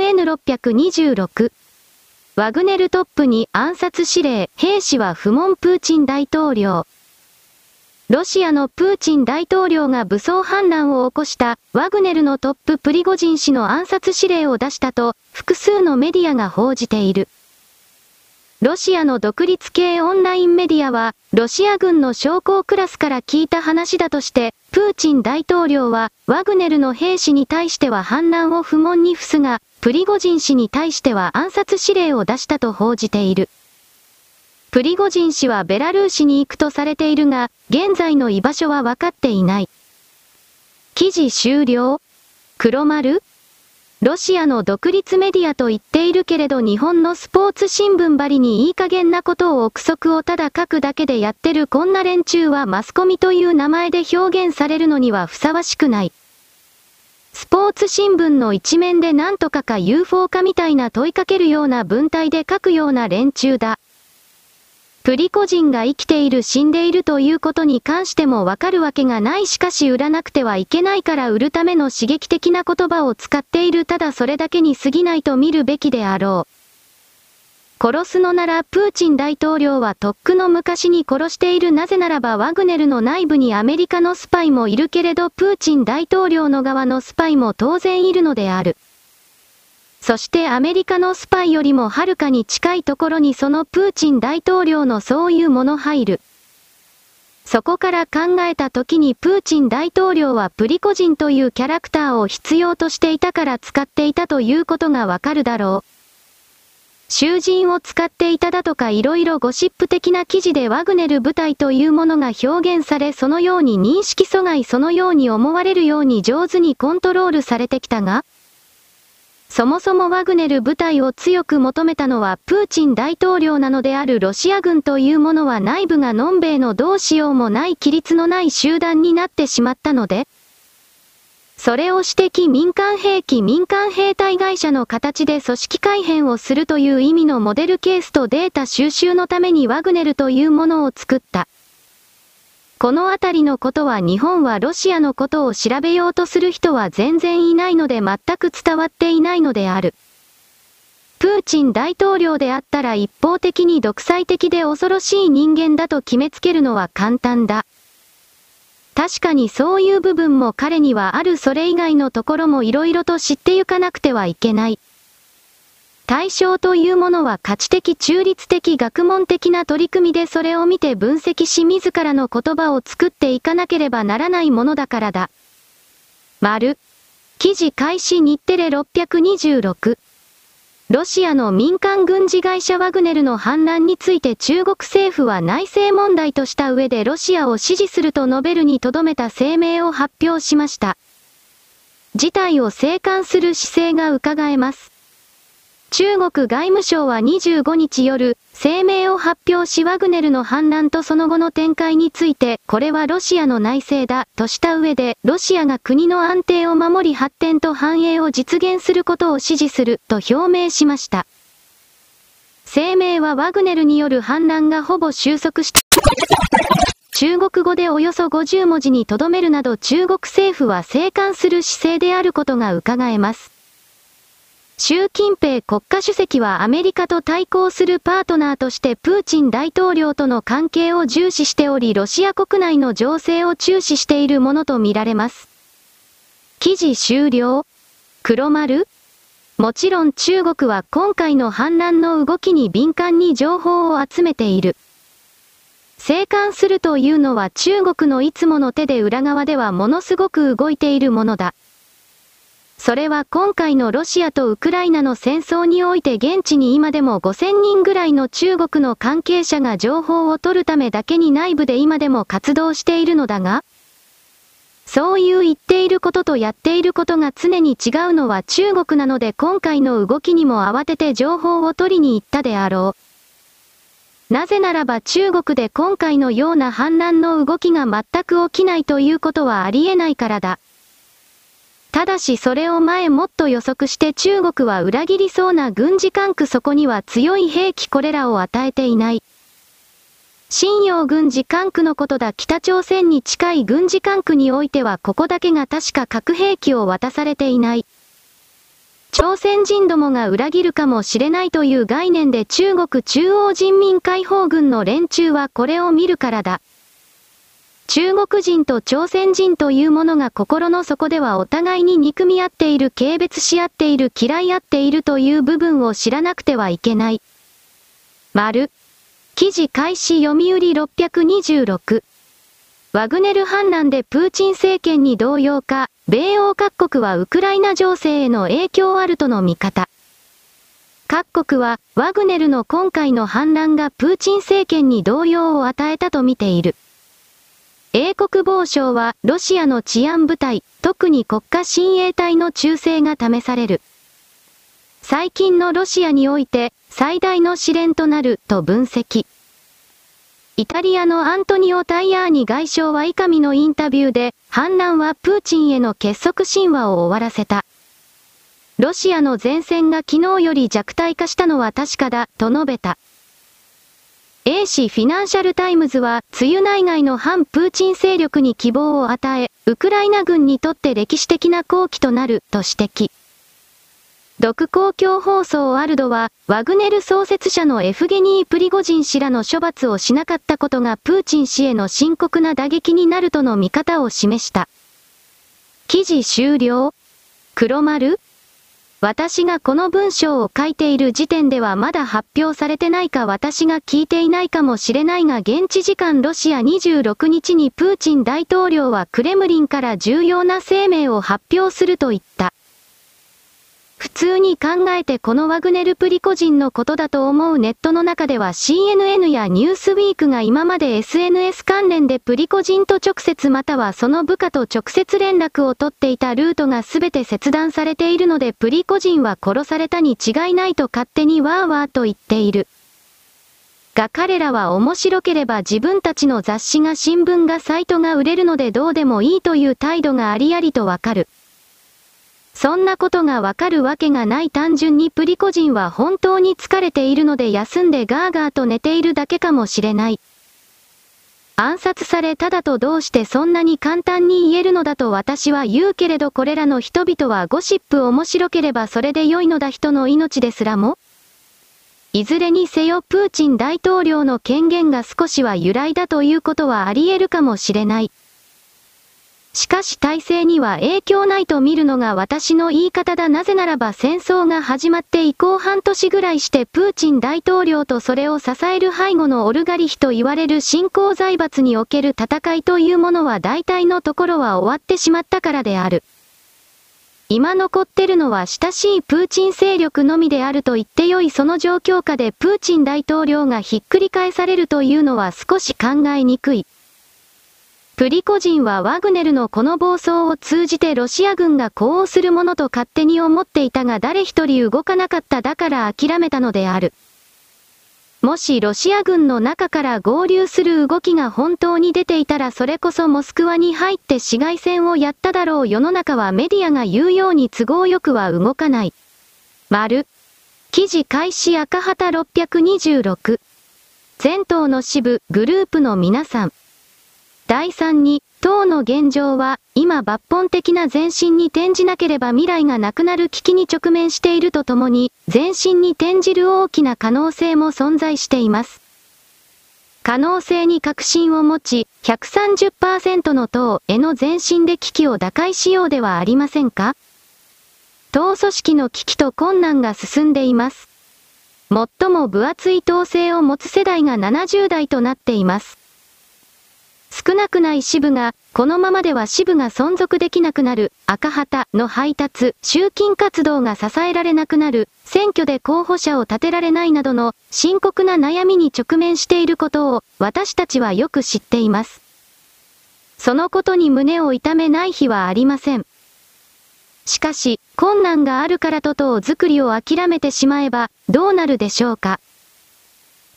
FNN626。ワグネルトップに暗殺指令、兵士は不問プーチン大統領。ロシアのプーチン大統領が武装反乱を起こしたワグネルのトッププリゴジン氏の暗殺指令を出したと複数のメディアが報じている。ロシアの独立系オンラインメディアは、ロシア軍の将校クラスから聞いた話だとして、プーチン大統領は、ワグネルの兵士に対しては反乱を不問に付すが、プリゴジン氏に対しては暗殺指令を出したと報じている。プリゴジン氏はベラルーシに行くとされているが、現在の居場所は分かっていない。記事終了。黒丸？ロシアの独立メディアと言っているけれど日本のスポーツ新聞ばりにいい加減なことを憶測をただ書くだけでやってるこんな連中はマスコミという名前で表現されるのにはふさわしくない。スポーツ新聞の一面でなんとか UFO 化みたいな問いかけるような文体で書くような連中だ。プリゴジンが生きている死んでいるということに関してもわかるわけがない。しかし売らなくてはいけないから売るための刺激的な言葉を使っている。ただそれだけに過ぎないと見るべきであろう。殺すのならプーチン大統領はとっくの昔に殺している。なぜならばワグネルの内部にアメリカのスパイもいるけれどプーチン大統領の側のスパイも当然いるのである。そしてアメリカのスパイよりもはるかに近いところにそのプーチン大統領のそういうもの入る。そこから考えた時にプーチン大統領はプリゴジンというキャラクターを必要としていたから使っていたということがわかるだろう。囚人を使っていただとかいろいろゴシップ的な記事でワグネル部隊というものが表現されそのように認識阻害そのように思われるように上手にコントロールされてきたが、そもそもワグネル部隊を強く求めたのはプーチン大統領なのである。ロシア軍というものは内部がのんべえのどうしようもない規律のない集団になってしまったので、それを指摘民間兵隊会社の形で組織改変をするという意味のモデルケースとデータ収集のためにワグネルというものを作った。このあたりのことは日本はロシアのことを調べようとする人は全然いないので全く伝わっていないのである。プーチン大統領であったら一方的に独裁的で恐ろしい人間だと決めつけるのは簡単だ。確かにそういう部分も彼にはある。それ以外のところもいろいろと知ってゆかなくてはいけない。対象というものは価値的中立的学問的な取り組みでそれを見て分析し自らの言葉を作っていかなければならないものだからだ。記事開始日テレ626。ロシアの民間軍事会社ワグネルの反乱について中国政府は内政問題とした上でロシアを支持すると述べるにとどめた声明を発表しました。事態を静観する姿勢が伺えます。中国外務省は25日夜、声明を発表しワグネルの反乱とその後の展開について、これはロシアの内政だ、とした上で、ロシアが国の安定を守り発展と繁栄を実現することを支持する、と表明しました。声明はワグネルによる反乱がほぼ収束した。中国語でおよそ50文字に留めるなど中国政府は静観する姿勢であることが伺えます。習近平国家主席はアメリカと対抗するパートナーとしてプーチン大統領との関係を重視しておりロシア国内の情勢を注視しているものとみられます。記事終了。黒丸？もちろん中国は今回の反乱の動きに敏感に情報を集めている。静観するというのは中国のいつもの手で裏側ではものすごく動いているものだ。それは今回のロシアとウクライナの戦争において現地に今でも5000人ぐらいの中国の関係者が情報を取るためだけに内部で今でも活動しているのだが、そういう言っていることとやっていることが常に違うのは中国なので今回の動きにも慌てて情報を取りに行ったであろう。 なぜならば中国で今回のような反乱の動きが全く起きないということはありえないからだ。ただしそれをもっと予測して中国は裏切りそうな軍事管区そこには強い兵器これらを与えていない。瀋陽軍事管区のことだ。北朝鮮に近い軍事管区においてはここだけが確か核兵器を渡されていない。朝鮮人どもが裏切るかもしれないという概念で中国中央人民解放軍の連中はこれを見るからだ。中国人と朝鮮人というものが心の底ではお互いに憎み合っている、軽蔑し合っている、嫌い合っているという部分を知らなくてはいけない。記事開始読売626。ワグネル反乱でプーチン政権に動揺か、米欧各国はウクライナ情勢への影響あるとの見方。各国はワグネルの今回の反乱がプーチン政権に動揺を与えたと見ている。英国防省はロシアの治安部隊、特に国家親衛隊の忠誠が試される。最近のロシアにおいて最大の試練となると分析。イタリアのアントニオ・タイヤーニ外相は以下のインタビューで、反乱はプーチンへの結束神話を終わらせた。ロシアの前線が昨日より弱体化したのは確かだ、と述べた。英紙フィナンシャルタイムズは、梅雨内外の反プーチン勢力に希望を与え、ウクライナ軍にとって歴史的な好機となる、と指摘。独公共放送アルドは、ワグネル創設者のエフゲニー・プリゴジン氏らの処罰をしなかったことがプーチン氏への深刻な打撃になるとの見方を示した。記事終了。黒丸？私がこの文章を書いている時点ではまだ発表されてないか私が聞いていないかもしれないが現地時間ロシア26日にプーチン大統領はクレムリンから重要な声明を発表すると言った。普通に考えてこのワグネルプリコジンのことだと思う。ネットの中では CNN やニュースウィークが今まで SNS 関連でプリコジンと直接またはその部下と直接連絡を取っていたルートが全て切断されているのでプリコジンは殺されたに違いないと勝手にワーワーと言っている。が彼らは面白ければ自分たちの雑誌が新聞がサイトが売れるのでどうでもいいという態度がありありとわかる。そんなことがわかるわけがない。単純にプリコジンは本当に疲れているので休んでガーガーと寝ているだけかもしれない。暗殺されただとどうしてそんなに簡単に言えるのだと私は言うけれどこれらの人々はゴシップ面白ければそれで良いのだ。人の命ですらも。いずれにせよプーチン大統領の権限が少しは揺らいだということはあり得るかもしれない。しかし体制には影響ないと見るのが私の言い方だ。なぜならば戦争が始まって以降半年ぐらいしてプーチン大統領とそれを支える背後のオルガリヒと言われる新興財閥における戦いというものは大体のところは終わってしまったからである。今残ってるのは親しいプーチン勢力のみであると言ってよい。その状況下でプーチン大統領がひっくり返されるというのは少し考えにくい。プリコジンはワグネルのこの暴走を通じてロシア軍が呼応するものと勝手に思っていたが誰一人動かなかった。だから諦めたのである。もしロシア軍の中から合流する動きが本当に出ていたらそれこそモスクワに入って市街戦をやっただろう。世の中はメディアが言うように都合よくは動かない。記事開始赤旗626。全党の支部、グループの皆さん。第3に、党の現状は、今抜本的な前進に転じなければ未来がなくなる危機に直面しているとともに、前進に転じる大きな可能性も存在しています。可能性に確信を持ち、130% の党への前進で危機を打開しようではありませんか？党組織の危機と困難が進んでいます。最も分厚い党勢を持つ世代が70代となっています。少なくない支部が、このままでは支部が存続できなくなる、赤旗の配達、集金活動が支えられなくなる、選挙で候補者を立てられないなどの深刻な悩みに直面していることを私たちはよく知っています。そのことに胸を痛めない日はありません。しかし、困難があるからと党作りを諦めてしまえば、どうなるでしょうか。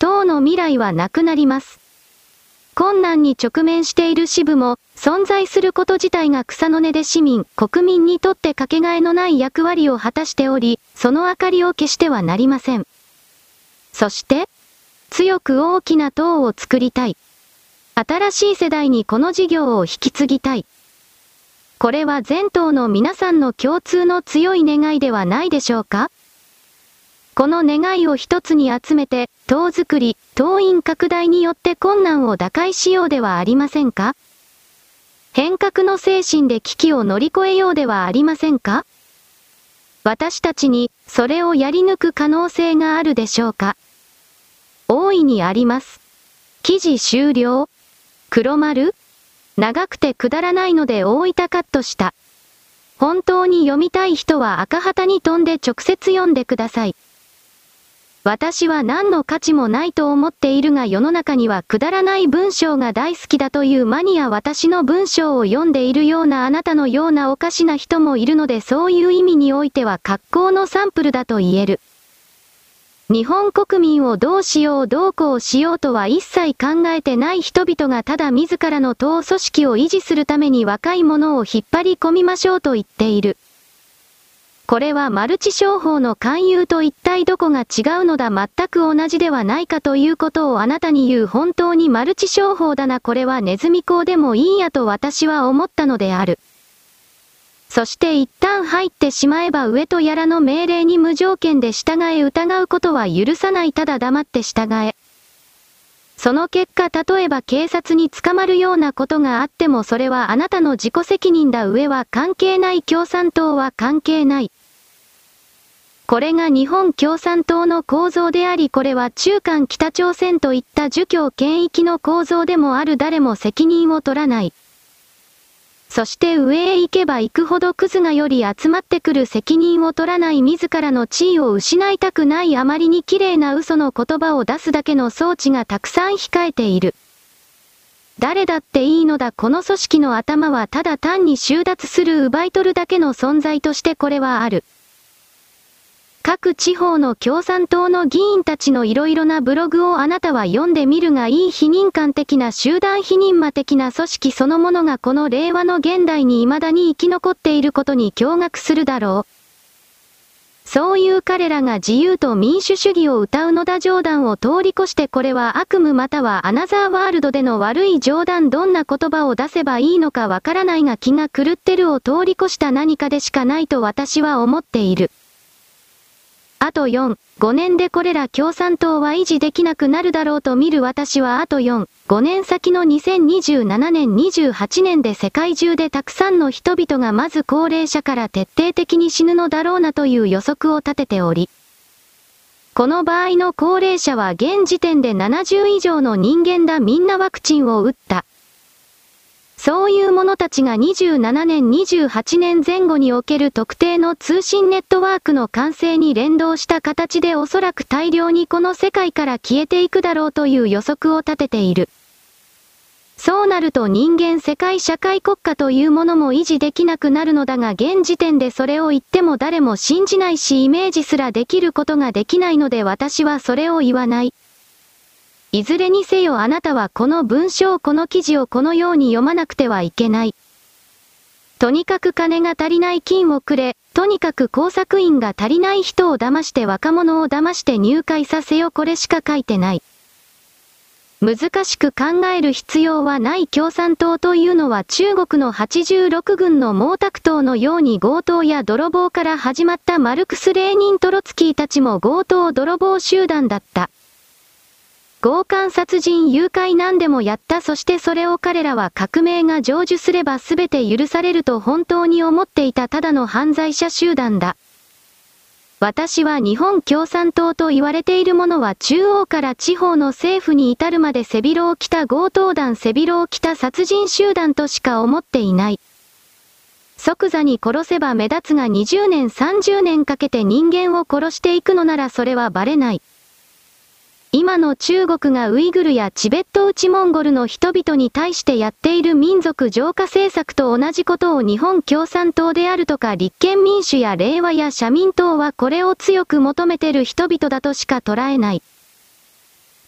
党の未来はなくなります。困難に直面している支部も、存在すること自体が草の根で市民、国民にとってかけがえのない役割を果たしており、その明かりを消してはなりません。そして、強く大きな党を作りたい。新しい世代にこの事業を引き継ぎたい。これは全党の皆さんの共通の強い願いではないでしょうか？この願いを一つに集めて、党づくり、党員拡大によって困難を打開しようではありませんか？変革の精神で危機を乗り越えようではありませんか？私たちに、それをやり抜く可能性があるでしょうか？大いにあります。記事終了。黒丸？長くてくだらないので大分カットした。本当に読みたい人は赤旗に飛んで直接読んでください。私は何の価値もないと思っているが世の中にはくだらない文章が大好きだというマニア私の文章を読んでいるようなあなたのようなおかしな人もいるのでそういう意味においては格好のサンプルだと言える。日本国民をどうしようどうこうしようとは一切考えてない人々がただ自らの党組織を維持するために若い者を引っ張り込みましょうと言っている。これはマルチ商法の勧誘と一体どこが違うのだ全く同じではないかということをあなたに言う本当にマルチ商法だなこれはネズミ講でもいいやと私は思ったのである。そして一旦入ってしまえば上とやらの命令に無条件で従え疑うことは許さないただ黙って従え。その結果例えば警察に捕まるようなことがあってもそれはあなたの自己責任だ上は関係ない共産党は関係ない。これが日本共産党の構造でありこれは中韓北朝鮮といった儒教権益の構造でもある誰も責任を取らない。そして上へ行けば行くほどクズがより集まってくる責任を取らない自らの地位を失いたくないあまりに綺麗な嘘の言葉を出すだけの装置がたくさん控えている。誰だっていいのだこの組織の頭はただ単に収奪する奪い取るだけの存在としてこれはある。各地方の共産党の議員たちのいろいろなブログをあなたは読んでみるがいい非認感的な集団非認魔的な組織そのものがこの令和の現代に未だに生き残っていることに驚愕するだろう。そういう彼らが自由と民主主義を謳うのだ冗談を通り越してこれは悪夢またはアナザーワールドでの悪い冗談どんな言葉を出せばいいのかわからないが気が狂ってるを通り越した何かでしかないと私は思っている。あと4、5年でこれら共産党は維持できなくなるだろうと見る私はあと4、5年先の2027年28年で世界中でたくさんの人々がまず高齢者から徹底的に死ぬのだろうなという予測を立てており、この場合の高齢者は現時点で70以上の人間だみんなワクチンを打った。そういう者たちが27年28年前後における特定の通信ネットワークの完成に連動した形でおそらく大量にこの世界から消えていくだろうという予測を立てている。そうなると人間世界社会国家というものも維持できなくなるのだが現時点でそれを言っても誰も信じないしイメージすらできることができないので私はそれを言わない。いずれにせよあなたはこの文章この記事をこのように読まなくてはいけない。とにかく金が足りない金をくれ、とにかく工作員が足りない人を騙して若者を騙して入会させよこれしか書いてない。難しく考える必要はない共産党というのは中国の86軍の毛沢東のように強盗や泥棒から始まったマルクス・レーニン・トロツキーたちも強盗泥棒集団だった。強姦殺人誘拐何でもやったそしてそれを彼らは革命が成就すれば全て許されると本当に思っていたただの犯罪者集団だ。私は日本共産党と言われているものは中央から地方の政府に至るまで背広を着た強盗団背広を着た殺人集団としか思っていない。即座に殺せば目立つが20年30年かけて人間を殺していくのならそれはバレない。今の中国がウイグルやチベット内モンゴルの人々に対してやっている民族浄化政策と同じことを日本共産党であるとか立憲民主や令和や社民党はこれを強く求めてる人々だとしか捉えない。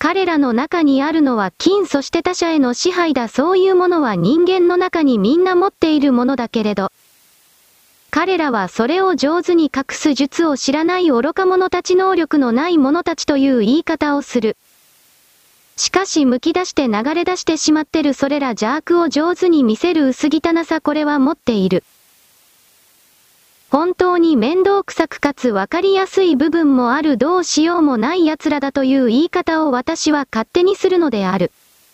彼らの中にあるのは金そして他者への支配だ。そういうものは人間の中にみんな持っているものだけれど、彼らはそれを上手に隠す術を知らない愚か者たち、能力のない者たちという言い方をする。しかし剥き出して流れ出してしまってるそれら邪悪を上手に見せる薄汚さ、これは持っている。本当に面倒くさくかつわかりやすい部分もある、どうしようもない奴らだという言い方を私は勝手にするのである。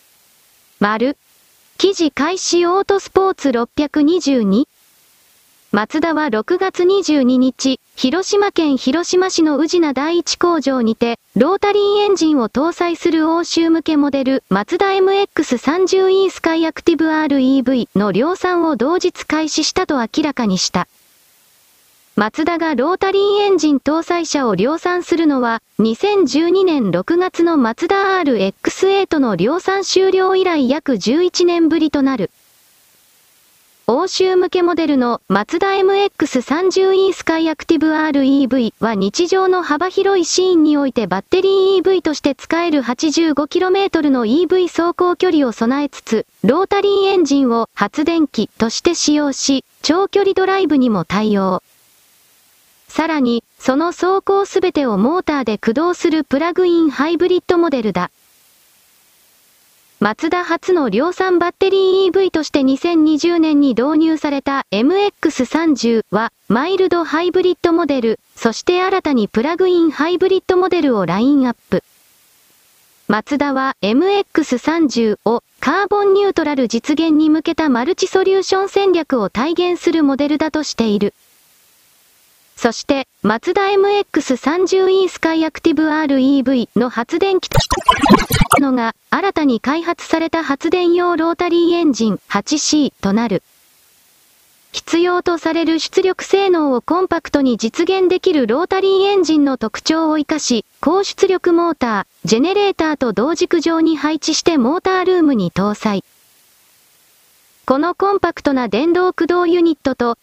記事開始。オートスポーツ622。マツダは6月22日、広島県広島市の宇品第一工場にて、ロータリーエンジンを搭載する欧州向けモデル、マツダ MX-30E スカイアクティブ REV の量産を同日開始したと明らかにした。マツダがロータリーエンジン搭載車を量産するのは、2012年6月のマツダ RX8 の量産終了以来約11年ぶりとなる。欧州向けモデルのマツダ MX-30E スカイアクティブ REV は日常の幅広いシーンにおいてバッテリー EV として使える 85km の EV 走行距離を備えつつ、ロータリーエンジンを発電機として使用し、長距離ドライブにも対応。さらに、その走行すべてをモーターで駆動するプラグインハイブリッドモデルだ。マツダ初の量産バッテリー EV として2020年に導入された MX-30 は、マイルドハイブリッドモデル、そして新たにプラグインハイブリッドモデルをラインアップ。マツダは MX-30 をカーボンニュートラル実現に向けたマルチソリューション戦略を体現するモデルだとしている。そして、マツダ MX-30E スカイアクティブ REV の発電機のが、新たに開発された発電用ロータリーエンジン 8C となる。必要とされる出力性能をコンパクトに実現できるロータリーエンジンの特徴を生かし、高出力モーター、ジェネレーターと同軸上に配置してモータールームに搭載。このコンパクトな電動駆動ユニットと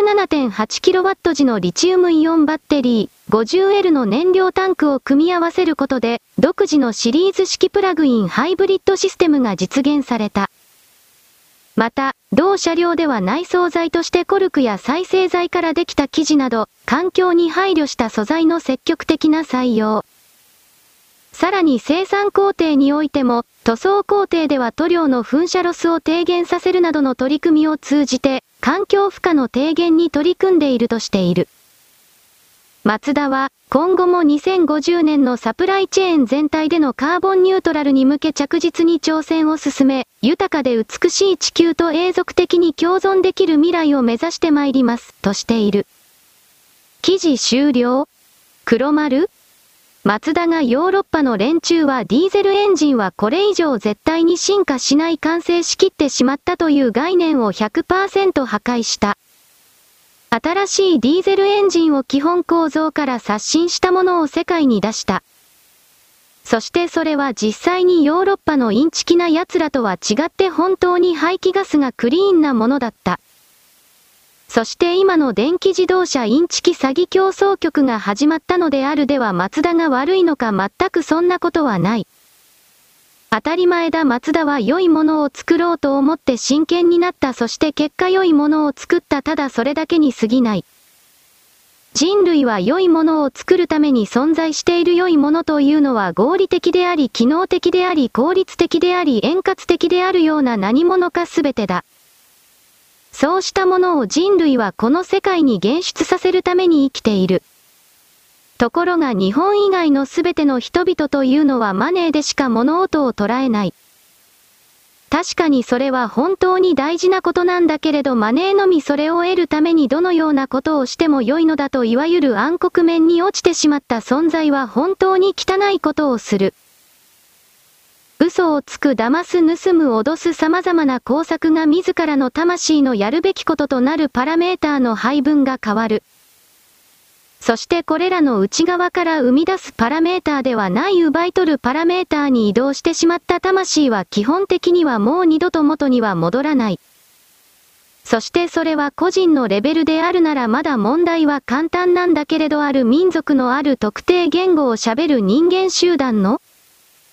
17.8kW 時のリチウムイオンバッテリー、50L の燃料タンクを組み合わせることで、独自のシリーズ式プラグインハイブリッドシステムが実現された。また、同車両では内装材としてコルクや再生材からできた生地など、環境に配慮した素材の積極的な採用。さらに生産工程においても、塗装工程では塗料の噴射ロスを低減させるなどの取り組みを通じて、環境負荷の低減に取り組んでいるとしている。マツダは、今後も2050年のサプライチェーン全体でのカーボンニュートラルに向け着実に挑戦を進め、豊かで美しい地球と永続的に共存できる未来を目指してまいります、としている。記事終了。黒丸？マツダがヨーロッパの連中はディーゼルエンジンはこれ以上絶対に進化しない完成しきってしまったという概念を 100% 破壊した。新しいディーゼルエンジンを基本構造から刷新したものを世界に出した。そしてそれは実際にヨーロッパのインチキな奴らとは違って本当に排気ガスがクリーンなものだった。そして今の電気自動車インチキ詐欺競争局が始まったのである。ではマツダが悪いのか？全くそんなことはない。当たり前だ。マツダは良いものを作ろうと思って真剣になった。そして結果良いものを作った。ただそれだけに過ぎない。人類は良いものを作るために存在している。良いものというのは合理的であり、機能的であり、効率的であり、円滑的であるような何者かすべてだ。そうしたものを人類はこの世界に現出させるために生きている。ところが日本以外のすべての人々というのはマネーでしか物事を捉えない。確かにそれは本当に大事なことなんだけれど、マネーのみそれを得るためにどのようなことをしても良いのだといわゆる暗黒面に落ちてしまった存在は本当に汚いことをする。嘘をつく、騙す、盗む、脅す様々な工作が自らの魂のやるべきこととなるパラメーターの配分が変わる。そしてこれらの内側から生み出すパラメーターではない奪い取るパラメーターに移動してしまった魂は基本的にはもう二度と元には戻らない。そしてそれは個人のレベルであるならまだ問題は簡単なんだけれど、ある民族のある特定言語を喋る人間集団の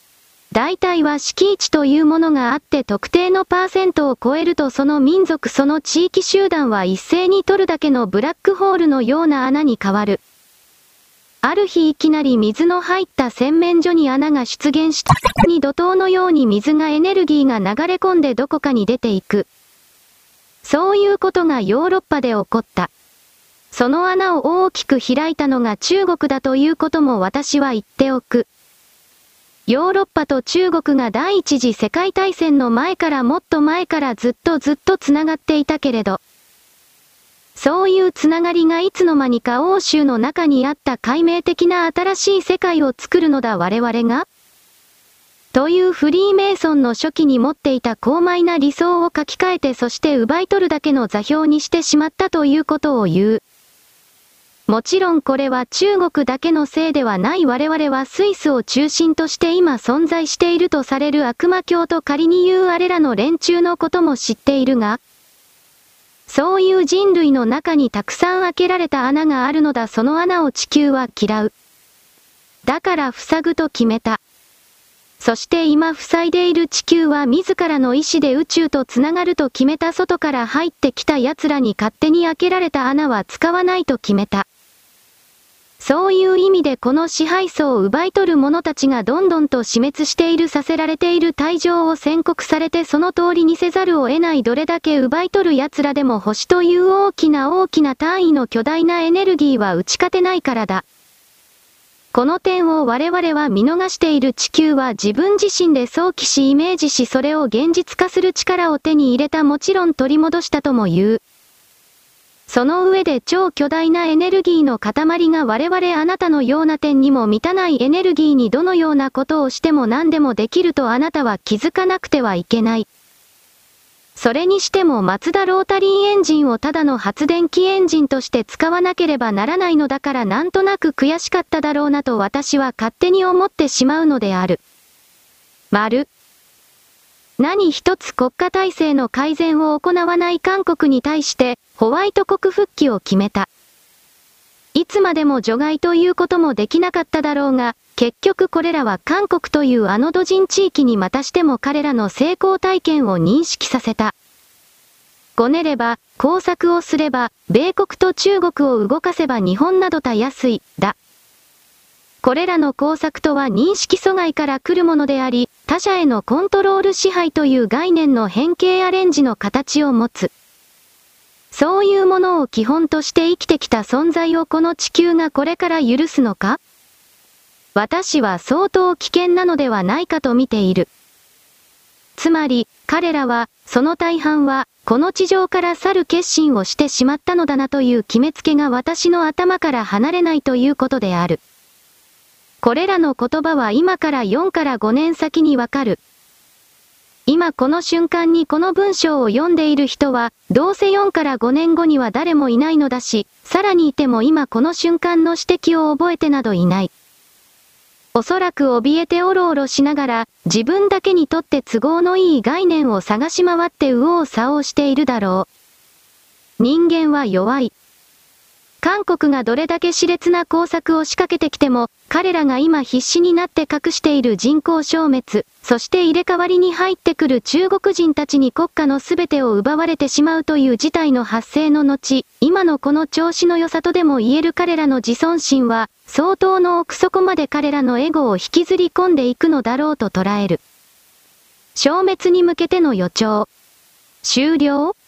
大体は敷地というものがあって特定のパーセントを超えるとその民族その地域集団は一斉に取るだけのブラックホールのような穴に変わる。ある日いきなり水の入った洗面所に穴が出現したに怒涛のように水がエネルギーが流れ込んでどこかに出ていく。そういうことがヨーロッパで起こった。その穴を大きく開いたのが中国だということも私は言っておく。ヨーロッパと中国が第一次世界大戦の前からもっと前からずっとつながっていたけれど、そういうつながりがいつの間にか欧州の中にあった解明的な新しい世界を作るのだ我々がというフリーメイソンの初期に持っていた高邁な理想を書き換えてそして奪い取るだけの座標にしてしまったということを言う。もちろんこれは中国だけのせいではない我々はスイスを中心として今存在しているとされる悪魔教と仮に言うあれらの連中のことも知っているが、そういう人類の中にたくさん開けられた穴があるのだその穴を地球は嫌う。だから塞ぐと決めた。そして今塞いでいる地球は自らの意志で宇宙とつながると決めた外から入ってきた奴らに勝手に開けられた穴は使わないと決めた。そういう意味でこの支配層を奪い取る者たちがどんどんと死滅しているさせられている退場を宣告されてその通りにせざるを得ないどれだけ奪い取る奴らでも星という大きな単位の巨大なエネルギーは打ち勝てないからだ。この点を我々は見逃している地球は自分自身で想起しイメージしそれを現実化する力を手に入れたもちろん取り戻したとも言う。その上で超巨大なエネルギーの塊が我々あなたのような点にも満たないエネルギーにどのようなことをしても何でもできるとあなたは気づかなくてはいけない。それにしてもマツダロータリーエンジンをただの発電機エンジンとして使わなければならないのだからなんとなく悔しかっただろうなと私は勝手に思ってしまうのである。何一つ国家体制の改善を行わない韓国に対してホワイト国復帰を決めた。いつまでも除外ということもできなかっただろうが、結局これらは韓国というあの土人地域にまたしても彼らの成功体験を認識させた。ごねれば、工作をすれば、米国と中国を動かせば日本などたやすい、だ。これらの工作とは認識阻害から来るものであり、他者へのコントロール支配という概念の変形アレンジの形を持つ。そういうものを基本として生きてきた存在をこの地球がこれから許すのか？私は相当危険なのではないかと見ている。つまり、彼らは、その大半は、この地上から去る決心をしてしまったのだなという決めつけが私の頭から離れないということである。これらの言葉は今から4から5年先にわかる。今この瞬間にこの文章を読んでいる人は、どうせ4から5年後には誰もいないのだし、さらにいても今この瞬間の指摘を覚えてなどいない。おそらく怯えておろおろしながら、自分だけにとって都合のいい概念を探し回って右往左往しているだろう。人間は弱い。韓国がどれだけ熾烈な工作を仕掛けてきても、彼らが今必死になって隠している人口消滅、そして入れ替わりに入ってくる中国人たちに国家のすべてを奪われてしまうという事態の発生の後、今のこの調子の良さとでも言える彼らの自尊心は、相当の奥底まで彼らのエゴを引きずり込んでいくのだろうと捉える。消滅に向けての予兆。終了？